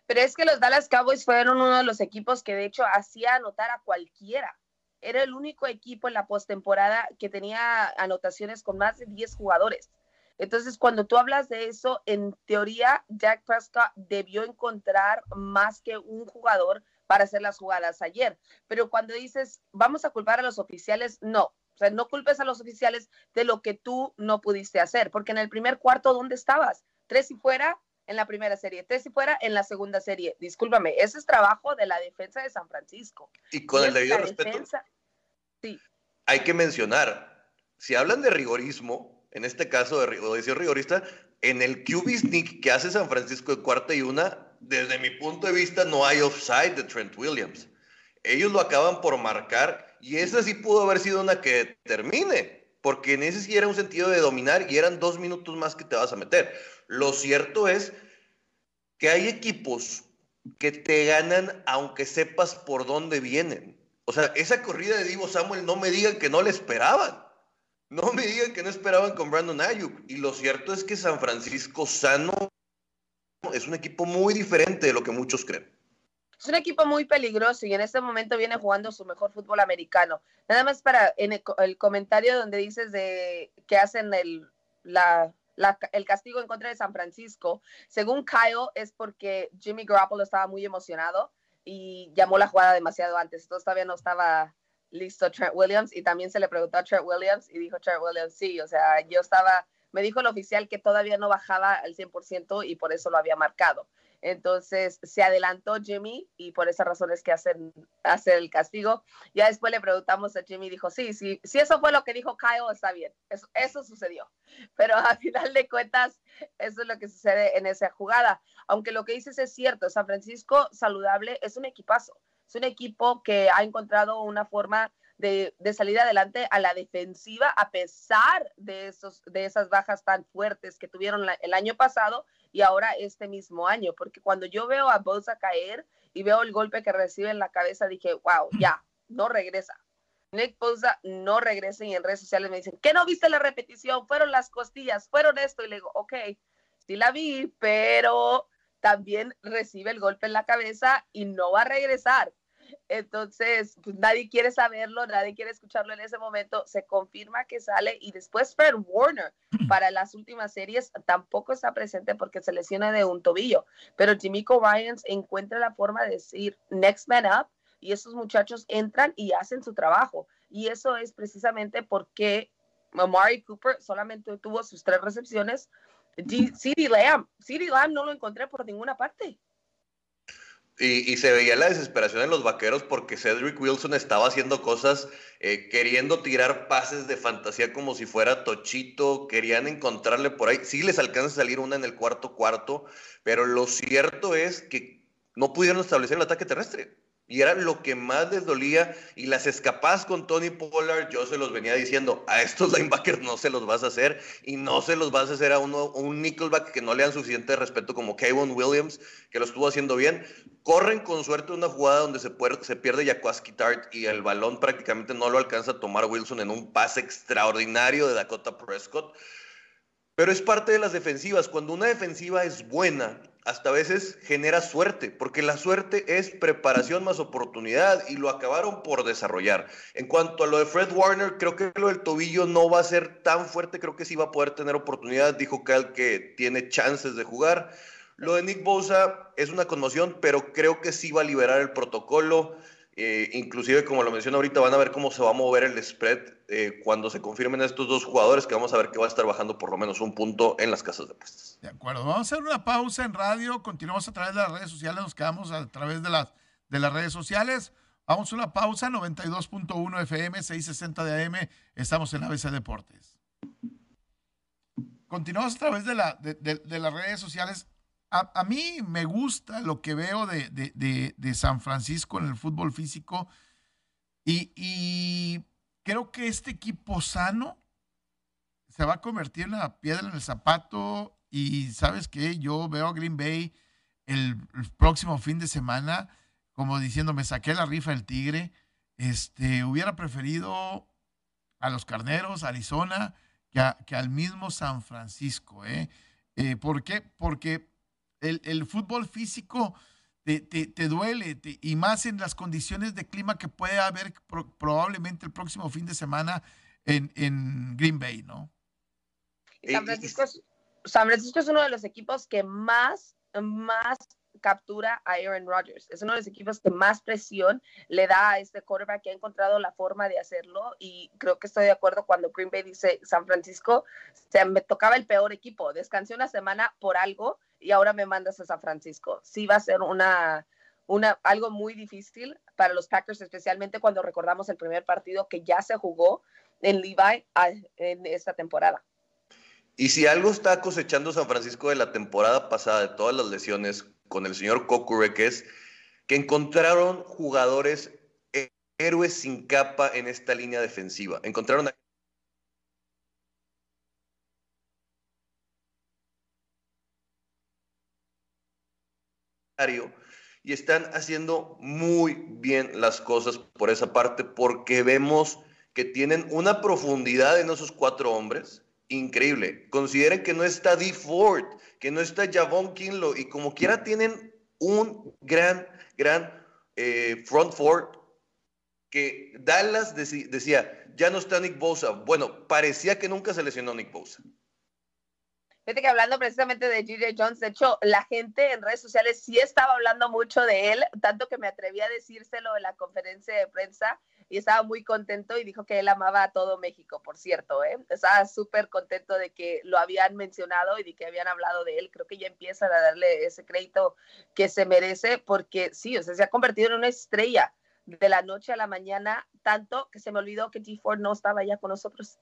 Pero es que los Dallas Cowboys fueron uno de los equipos que de hecho hacía anotar a cualquiera. Era el único equipo en la postemporada que tenía anotaciones con más de diez jugadores. Entonces, cuando tú hablas de eso, en teoría, Dak Prescott debió encontrar más que un jugador para hacer las jugadas ayer. Pero cuando dices, vamos a culpar a los oficiales, no. O sea, no culpes a los oficiales de lo que tú no pudiste hacer. Porque en el primer cuarto, ¿dónde estabas? Tres y fuera en la primera serie, tres y fuera en la segunda serie. Discúlpame, ese es trabajo de la defensa de San Francisco. Y con y el debido respeto, defensa, sí. hay que mencionar, si hablan de rigorismo, en este caso de decisión rigorista, en el Q B sneak que hace San Francisco de cuarta y una, desde mi punto de vista no hay offside de Trent Williams. Ellos lo acaban por marcar y esa sí pudo haber sido una que termine, porque en ese sí era un sentido de dominar y eran dos minutos más que te vas a meter. Lo cierto es que hay equipos que te ganan aunque sepas por dónde vienen. O sea, esa corrida de Divo Samuel, no me digan que no le esperaban. No me digan que no esperaban con Brandon Ayuk. Y lo cierto es que San Francisco sano es un equipo muy diferente de lo que muchos creen. Es un equipo muy peligroso y en este momento viene jugando su mejor fútbol americano. Nada más para en el, el comentario donde dices de que hacen el, la, la, el castigo en contra de San Francisco. Según Kyle, es porque Jimmy Garoppolo estaba muy emocionado y llamó la jugada demasiado antes. Entonces todavía no estaba listo Trent Williams y también se le preguntó a Trent Williams y dijo Trent Williams, sí, o sea, yo estaba, me dijo el oficial que todavía no bajaba al cien por ciento y por eso lo había marcado. Entonces se adelantó Jimmy y por esa razón es que hacen, hacen el castigo. Ya después le preguntamos a Jimmy y dijo, sí, sí, si eso fue lo que dijo Kyle, está bien, eso, eso sucedió. Pero a final de cuentas, eso es lo que sucede en esa jugada. Aunque lo que dices es cierto, San Francisco saludable es un equipazo. Es un equipo que ha encontrado una forma de, de salir adelante a la defensiva a pesar de, esos, de esas bajas tan fuertes que tuvieron la, el año pasado y ahora este mismo año. Porque cuando yo veo a Bosa caer y veo el golpe que recibe en la cabeza, dije, wow, ya, no regresa. Nick Bosa no regresa y en redes sociales me dicen, ¿qué no viste la repetición? Fueron las costillas, fueron esto. Y le digo, ok, sí la vi, pero también recibe el golpe en la cabeza y no va a regresar. Entonces, pues nadie quiere saberlo, nadie quiere escucharlo en ese momento. Se confirma que sale y después Fred Warner para las últimas series tampoco está presente porque se lesiona de un tobillo. Pero D'Amico Ryans encuentra la forma de decir next man up y esos muchachos entran y hacen su trabajo. Y eso es precisamente porque Amari Cooper solamente tuvo sus tres recepciones. CeeDee Lamb, CeeDee Lamb no lo encontré por ninguna parte. Y, y se veía la desesperación en los vaqueros porque Cedric Wilson estaba haciendo cosas, eh, queriendo tirar pases de fantasía como si fuera Tochito, querían encontrarle por ahí. Sí les alcanza a salir una en el cuarto cuarto, pero lo cierto es que no pudieron establecer el ataque terrestre. Y era lo que más les dolía. Y las escapadas con Tony Pollard, yo se los venía diciendo, a estos linebackers no se los vas a hacer. Y no se los vas a hacer a uno, un nickelback que no le dan suficiente respeto como Kayvon Williams, que lo estuvo haciendo bien. Corren con suerte una jugada donde se, puede, se pierde Jaquiski Tartt y el balón prácticamente no lo alcanza a tomar Wilson en un pase extraordinario de Dakota Prescott. Pero es parte de las defensivas. Cuando una defensiva es buena, hasta a veces genera suerte, porque la suerte es preparación más oportunidad y lo acabaron por desarrollar. En cuanto a lo de Fred Warner, creo que lo del tobillo no va a ser tan fuerte, creo que sí va a poder tener oportunidad. Dijo Kyle que tiene chances de jugar. Lo de Nick Bosa es una conmoción, pero creo que sí va a liberar el protocolo. Eh, inclusive, como lo menciono ahorita, van a ver cómo se va a mover el spread eh, cuando se confirmen estos dos jugadores, que vamos a ver que va a estar bajando por lo menos un punto en las casas de apuestas. De acuerdo, vamos a hacer una pausa en radio, continuamos a través de las redes sociales, nos quedamos a través de las, de las redes sociales, vamos a una pausa, noventa y dos punto uno F M, seiscientos sesenta de A M, estamos en A B C Deportes. Continuamos a través de, la, de, de, de las redes sociales. A, a mí me gusta lo que veo de, de, de, de San Francisco en el fútbol físico y, y creo que este equipo sano se va a convertir en la piedra en el zapato y ¿sabes qué? Yo veo a Green Bay el, el próximo fin de semana como diciendo me saqué la rifa del tigre, este, hubiera preferido a los Carneros, a Arizona, que, a, que al mismo San Francisco. ¿eh? Eh, ¿Por qué? Porque El, el fútbol físico te, te, te duele, te, y más en las condiciones de clima que puede haber pro, probablemente el próximo fin de semana en, en Green Bay, ¿no? Y San Francisco, es, San Francisco es uno de los equipos que más, más captura a Aaron Rodgers. Es uno de los equipos que más presión le da a este quarterback, que ha encontrado la forma de hacerlo, y creo que estoy de acuerdo cuando Green Bay dice San Francisco, se me tocaba el peor equipo, descansé una semana por algo y ahora me mandas a San Francisco. Sí va a ser una, una, algo muy difícil para los Packers, especialmente cuando recordamos el primer partido que ya se jugó en Levi en esta temporada. Y si algo está cosechando San Francisco de la temporada pasada, de todas las lesiones, con el señor Kokure, que es que encontraron jugadores héroes sin capa en esta línea defensiva. Encontraron a y están haciendo muy bien las cosas por esa parte, porque vemos que tienen una profundidad en esos cuatro hombres increíble. Consideren que no está Dee Ford, que no está Javon Kinlaw, y como quiera tienen un gran, gran eh, front four, que Dallas dec- decía, ya no está Nick Bosa. Bueno, parecía que nunca se lesionó Nick Bosa. Fíjate que hablando precisamente de J J Jones, de hecho, la gente en redes sociales sí estaba hablando mucho de él, tanto que me atreví a decírselo en la conferencia de prensa, y estaba muy contento y dijo que él amaba a todo México, por cierto, ¿eh? Estaba súper contento de que lo habían mencionado y de que habían hablado de él. Creo que ya empiezan a darle ese crédito que se merece, porque sí, o sea, se ha convertido en una estrella de la noche a la mañana, tanto que se me olvidó que Dee Ford no estaba ya con nosotros.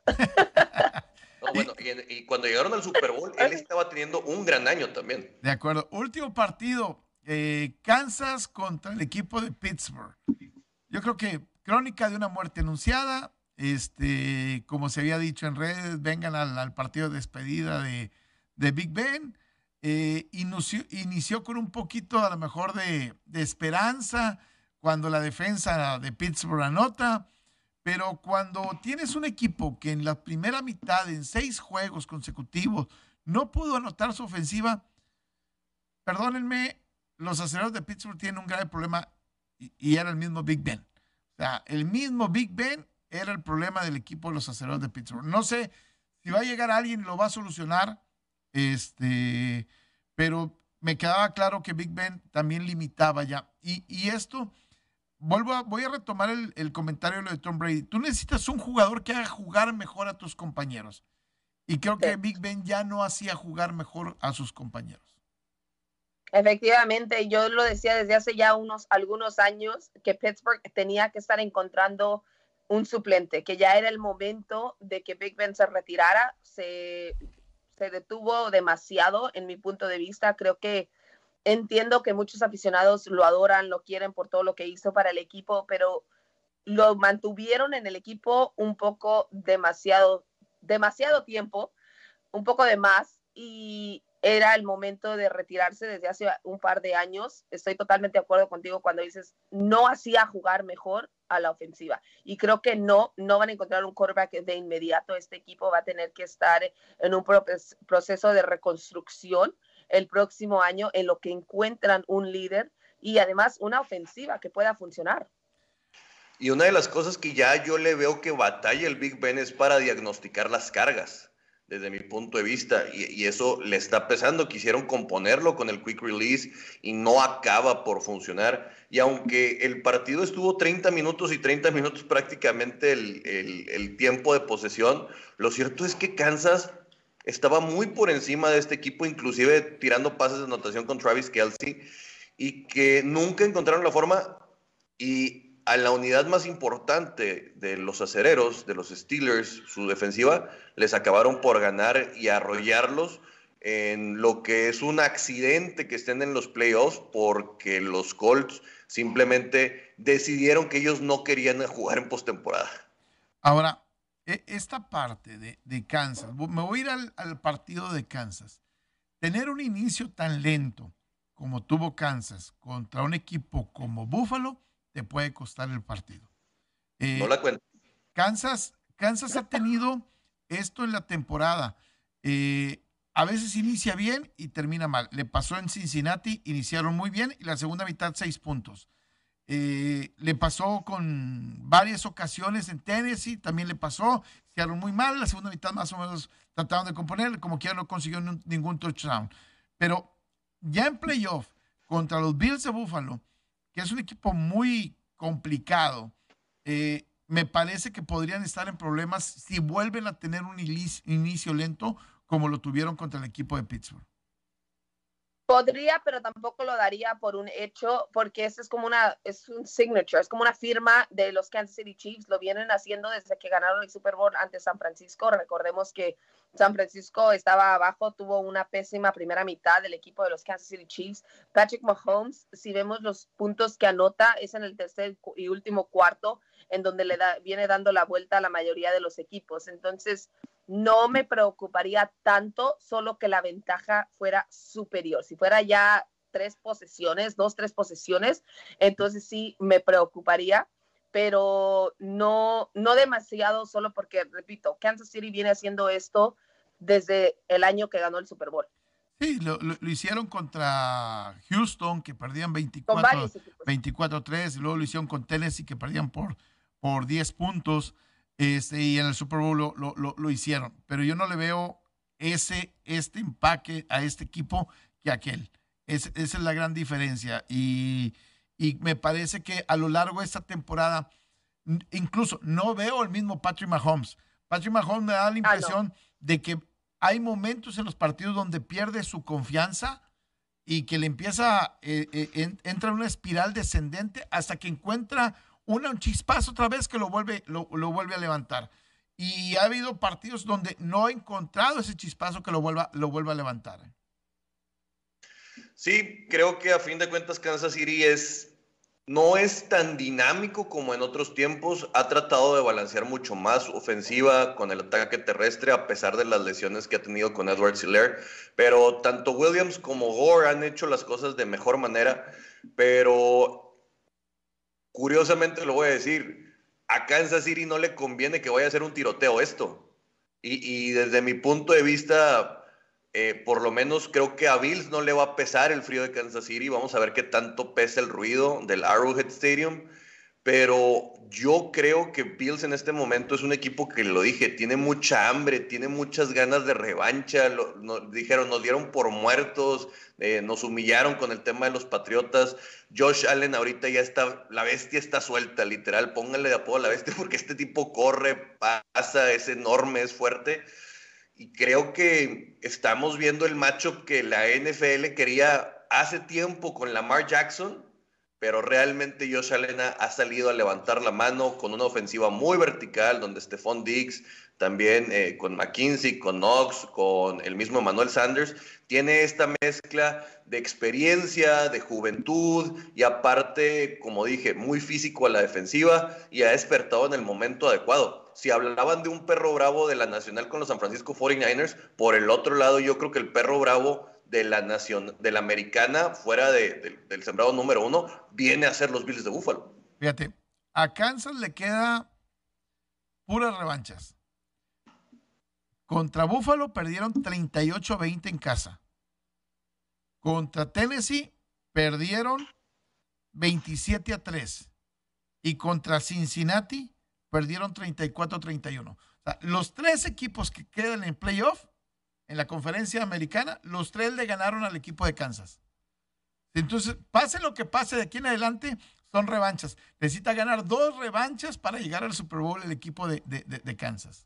No, bueno, y, y cuando llegaron al Super Bowl, él estaba teniendo un gran año también. De acuerdo. Último partido, eh, Kansas contra el equipo de Pittsburgh. Yo creo que crónica de una muerte anunciada, este, como se había dicho en redes, vengan al, al partido de despedida de, de Big Ben. Eh, inició, inició con un poquito a lo mejor de, de esperanza cuando la defensa de Pittsburgh anota, pero cuando tienes un equipo que en la primera mitad, en seis juegos consecutivos, no pudo anotar su ofensiva, perdónenme, los acereros de Pittsburgh tienen un grave problema, y, y era el mismo Big Ben. O sea, el mismo Big Ben era el problema del equipo de los acereros de Pittsburgh. No sé si va a llegar alguien y lo va a solucionar, este, pero me quedaba claro que Big Ben también limitaba ya. Y, y esto, vuelvo a, voy a retomar el, el comentario de lo de Tom Brady. Tú necesitas un jugador que haga jugar mejor a tus compañeros. Y creo que Big Ben ya no hacía jugar mejor a sus compañeros. Efectivamente, yo lo decía desde hace ya unos algunos años que Pittsburgh tenía que estar encontrando un suplente, que ya era el momento de que Big Ben se retirara. Se, se detuvo demasiado en mi punto de vista. Creo que entiendo que muchos aficionados lo adoran, lo quieren por todo lo que hizo para el equipo, pero lo mantuvieron en el equipo un poco demasiado, demasiado tiempo, un poco de más, y era el momento de retirarse desde hace un par de años. Estoy totalmente de acuerdo contigo cuando dices, no hacía jugar mejor a la ofensiva. Y creo que no, no van a encontrar un quarterback de inmediato. Este equipo va a tener que estar en un proceso de reconstrucción el próximo año, en lo que encuentran un líder y además una ofensiva que pueda funcionar. Y una de las cosas que ya yo le veo que batalla el Big Ben es para diagnosticar las cargas, desde mi punto de vista, y, y eso le está pesando. Quisieron componerlo con el quick release y no acaba por funcionar. Y aunque el partido estuvo treinta minutos y treinta minutos prácticamente el, el, el tiempo de posesión, lo cierto es que Kansas estaba muy por encima de este equipo, inclusive tirando pases de anotación con Travis Kelce, y que nunca encontraron la forma. Y a la unidad más importante de los acereros, de los Steelers, su defensiva, les acabaron por ganar y arrollarlos en lo que es un accidente que estén en los playoffs, porque los Colts simplemente decidieron que ellos no querían jugar en postemporada. Ahora, esta parte de, de Kansas, me voy a ir al, al partido de Kansas. Tener un inicio tan lento como tuvo Kansas contra un equipo como Buffalo te puede costar el partido. Eh, no la cuento. Kansas, Kansas ha tenido esto en la temporada. Eh, a veces inicia bien y termina mal. Le pasó en Cincinnati, iniciaron muy bien y la segunda mitad seis puntos. Eh, le pasó con varias ocasiones en Tennessee, también le pasó, quedaron muy mal, la segunda mitad más o menos trataron de componer, como que ya no consiguió n- ningún touchdown. Pero ya en playoff, contra los Bills de Buffalo, que es un equipo muy complicado, eh, me parece que podrían estar en problemas si vuelven a tener un ilis- inicio lento como lo tuvieron contra el equipo de Pittsburgh. Podría, pero tampoco lo daría por un hecho, porque eso es como una, es un signature, es como una firma de los Kansas City Chiefs, lo vienen haciendo desde que ganaron el Super Bowl ante San Francisco. Recordemos que San Francisco estaba abajo, tuvo una pésima primera mitad del equipo de los Kansas City Chiefs. Patrick Mahomes, si vemos los puntos que anota, es en el tercer y último cuarto, en donde le da, viene dando la vuelta a la mayoría de los equipos. Entonces, no me preocuparía tanto, solo que la ventaja fuera superior. Si fuera ya tres posesiones, dos, tres posesiones, entonces sí me preocuparía, pero no, no demasiado, solo porque, repito, Kansas City viene haciendo esto desde el año que ganó el Super Bowl. Sí, lo, lo- lo hicieron contra Houston, que perdían Con veinticuatro varios equipos. veinticuatro tres, y luego lo hicieron con Tennessee, que perdían por, por diez puntos, este, y en el Super Bowl lo, lo- lo- lo hicieron. Pero yo no le veo ese, este empaque a este equipo que aquel. Es- esa es la gran diferencia. Y, y me parece que a lo largo de esta temporada, n- incluso no veo el mismo Patrick Mahomes. Patrick Mahomes me da la Ah, no. impresión de que hay momentos en los partidos donde pierde su confianza y que le empieza, eh, eh, en- entra en una espiral descendente hasta que encuentra una, un chispazo otra vez que lo vuelve, lo, lo vuelve a levantar. Y ha habido partidos donde no ha encontrado ese chispazo que lo vuelva, lo vuelva a levantar. Sí, creo que a fin de cuentas Kansas City es, no es tan dinámico como en otros tiempos. Ha tratado de balancear mucho más su ofensiva con el ataque terrestre a pesar de las lesiones que ha tenido con Edwards-Helaire. Pero tanto Williams como Gore han hecho las cosas de mejor manera. Pero curiosamente lo voy a decir, a Kansas City no le conviene que vaya a ser un tiroteo esto. Y, y desde mi punto de vista... Eh, por lo menos creo que a Bills no le va a pesar el frío de Kansas City. Vamos a ver qué tanto pesa el ruido del Arrowhead Stadium. Pero yo creo que Bills en este momento es un equipo que, lo dije, tiene mucha hambre, tiene muchas ganas de revancha. Lo, no, dijeron, nos dieron por muertos, eh, nos humillaron con el tema de los Patriotas. Josh Allen ahorita ya está, la bestia está suelta, literal. Pónganle de apodo a la bestia porque este tipo corre, pasa, es enorme, es fuerte. Y creo que estamos viendo el matchup que la N F L quería hace tiempo con Lamar Jackson, pero realmente Josh Allen ha salido a levantar la mano con una ofensiva muy vertical, donde Stephon Diggs, también eh, con McKinsey, con Knox, con el mismo Emmanuel Sanders, tiene esta mezcla de experiencia, de juventud y aparte, como dije, muy físico a la defensiva y ha despertado en el momento adecuado. Si hablaban de un perro bravo de la Nacional con los San Francisco cuarenta y nueve ers, por el otro lado yo creo que el perro bravo de la nación, de la americana, fuera de, de, del sembrado número uno, viene a ser los Bills de Buffalo. Fíjate, a Kansas le queda puras revanchas. Contra Buffalo perdieron treinta y ocho a veinte en casa. Contra Tennessee perdieron veintisiete a tres. Y contra Cincinnati perdieron treinta y cuatro a treinta y uno. O sea, los tres equipos que quedan en playoff, en la conferencia americana, los tres le ganaron al equipo de Kansas. Entonces, pase lo que pase de aquí en adelante, son revanchas. Necesita ganar dos revanchas para llegar al Super Bowl el equipo de, de, de, de Kansas.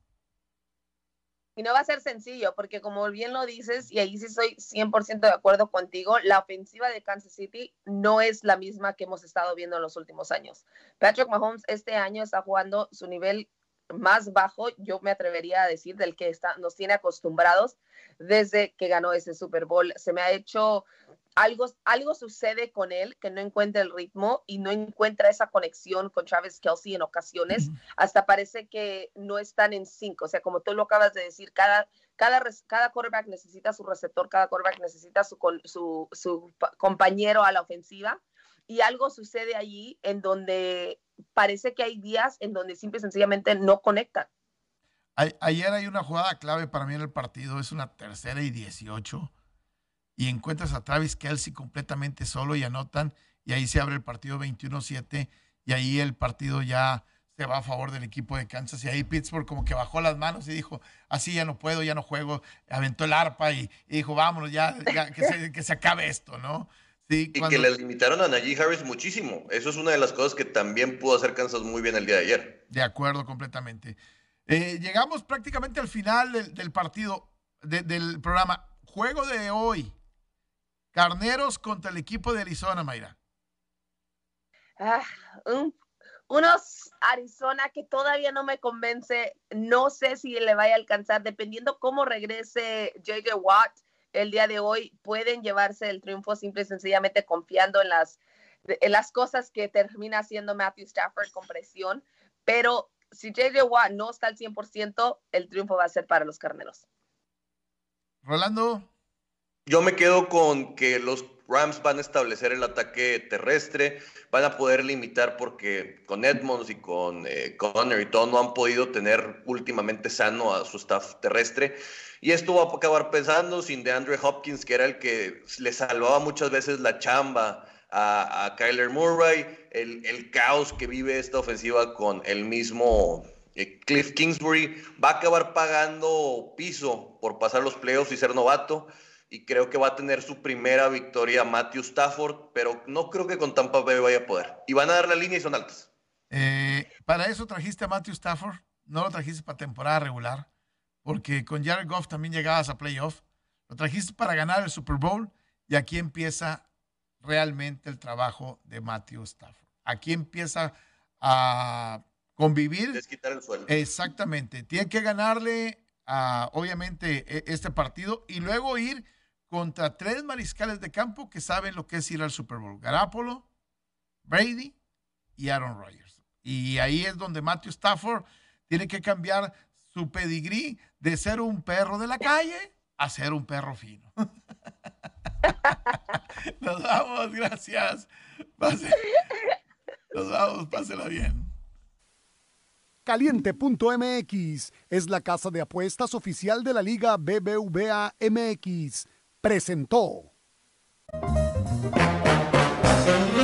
Y no va a ser sencillo, porque como bien lo dices, y ahí sí estoy cien por ciento de acuerdo contigo, la ofensiva de Kansas City no es la misma que hemos estado viendo en los últimos años. Patrick Mahomes este año está jugando su nivel más bajo, yo me atrevería a decir, del que está, nos tiene acostumbrados desde que ganó ese Super Bowl. Se me ha hecho... Algo, algo sucede con él que no encuentra el ritmo y no encuentra esa conexión con Travis Kelce en ocasiones. Hasta parece que no están en cinco. O sea, como tú lo acabas de decir, cada, cada, cada quarterback necesita su receptor, cada quarterback necesita su, su, su compañero a la ofensiva. Y algo sucede allí en donde parece que hay días en donde simple y sencillamente no conectan. A- ayer hay una jugada clave para mí en el partido, es una tercera y dieciocho, y encuentras a Travis Kelce completamente solo y anotan, y ahí se abre el partido veintiuno siete, y ahí el partido ya se va a favor del equipo de Kansas, y ahí Pittsburgh como que bajó las manos y dijo, así ya no puedo, ya no juego, aventó el arpa y, y dijo, vámonos, ya, ya que, se, que se acabe esto, ¿no? Sí, Y cuando... que le limitaron a Najee Harris muchísimo. Eso es una de las cosas que también pudo hacer Kansas muy bien el día de ayer. De acuerdo, completamente. Eh, llegamos prácticamente al final del, del partido, de, del programa. Juego de hoy. Carneros contra el equipo de Arizona, Mayra. Ah, un, unos Arizona que todavía no me convence. No sé si le vaya a alcanzar. Dependiendo cómo regrese J J Watt el día de hoy, pueden llevarse el triunfo simple y sencillamente confiando en las, en las cosas que termina haciendo Matthew Stafford con presión. Pero si J J Watt no está al cien por ciento, el triunfo va a ser para los Carneros. Rolando. Yo me quedo con que los Rams van a establecer el ataque terrestre, van a poder limitar porque con Edmonds y con eh, Conner y todo no han podido tener últimamente sano a su staff terrestre. Y esto va a acabar pesando sin DeAndre Hopkins, que era el que le salvaba muchas veces la chamba a, a Kyler Murray, el, el caos que vive esta ofensiva con el mismo eh, Cliff Kingsbury, va a acabar pagando piso por pasar los playoffs y ser novato. Y creo que va a tener su primera victoria Matthew Stafford, pero no creo que con Tampa Bay vaya a poder. Y van a dar la línea y son altas. Eh, para eso trajiste a Matthew Stafford, no lo trajiste para temporada regular, porque con Jared Goff también llegabas a playoff. Lo trajiste para ganar el Super Bowl y aquí empieza realmente el trabajo de Matthew Stafford. Aquí empieza a convivir. Desquitar el suelo. Exactamente. Tiene que ganarle a, obviamente, este partido y luego ir contra tres mariscales de campo que saben lo que es ir al Super Bowl. Garoppolo, Brady y Aaron Rodgers. Y ahí es donde Matthew Stafford tiene que cambiar su pedigrí de ser un perro de la calle a ser un perro fino. Nos vamos, gracias. Pase. Nos vamos, pásela bien. Caliente punto m x es la casa de apuestas oficial de la Liga B B V A M X. Presentó.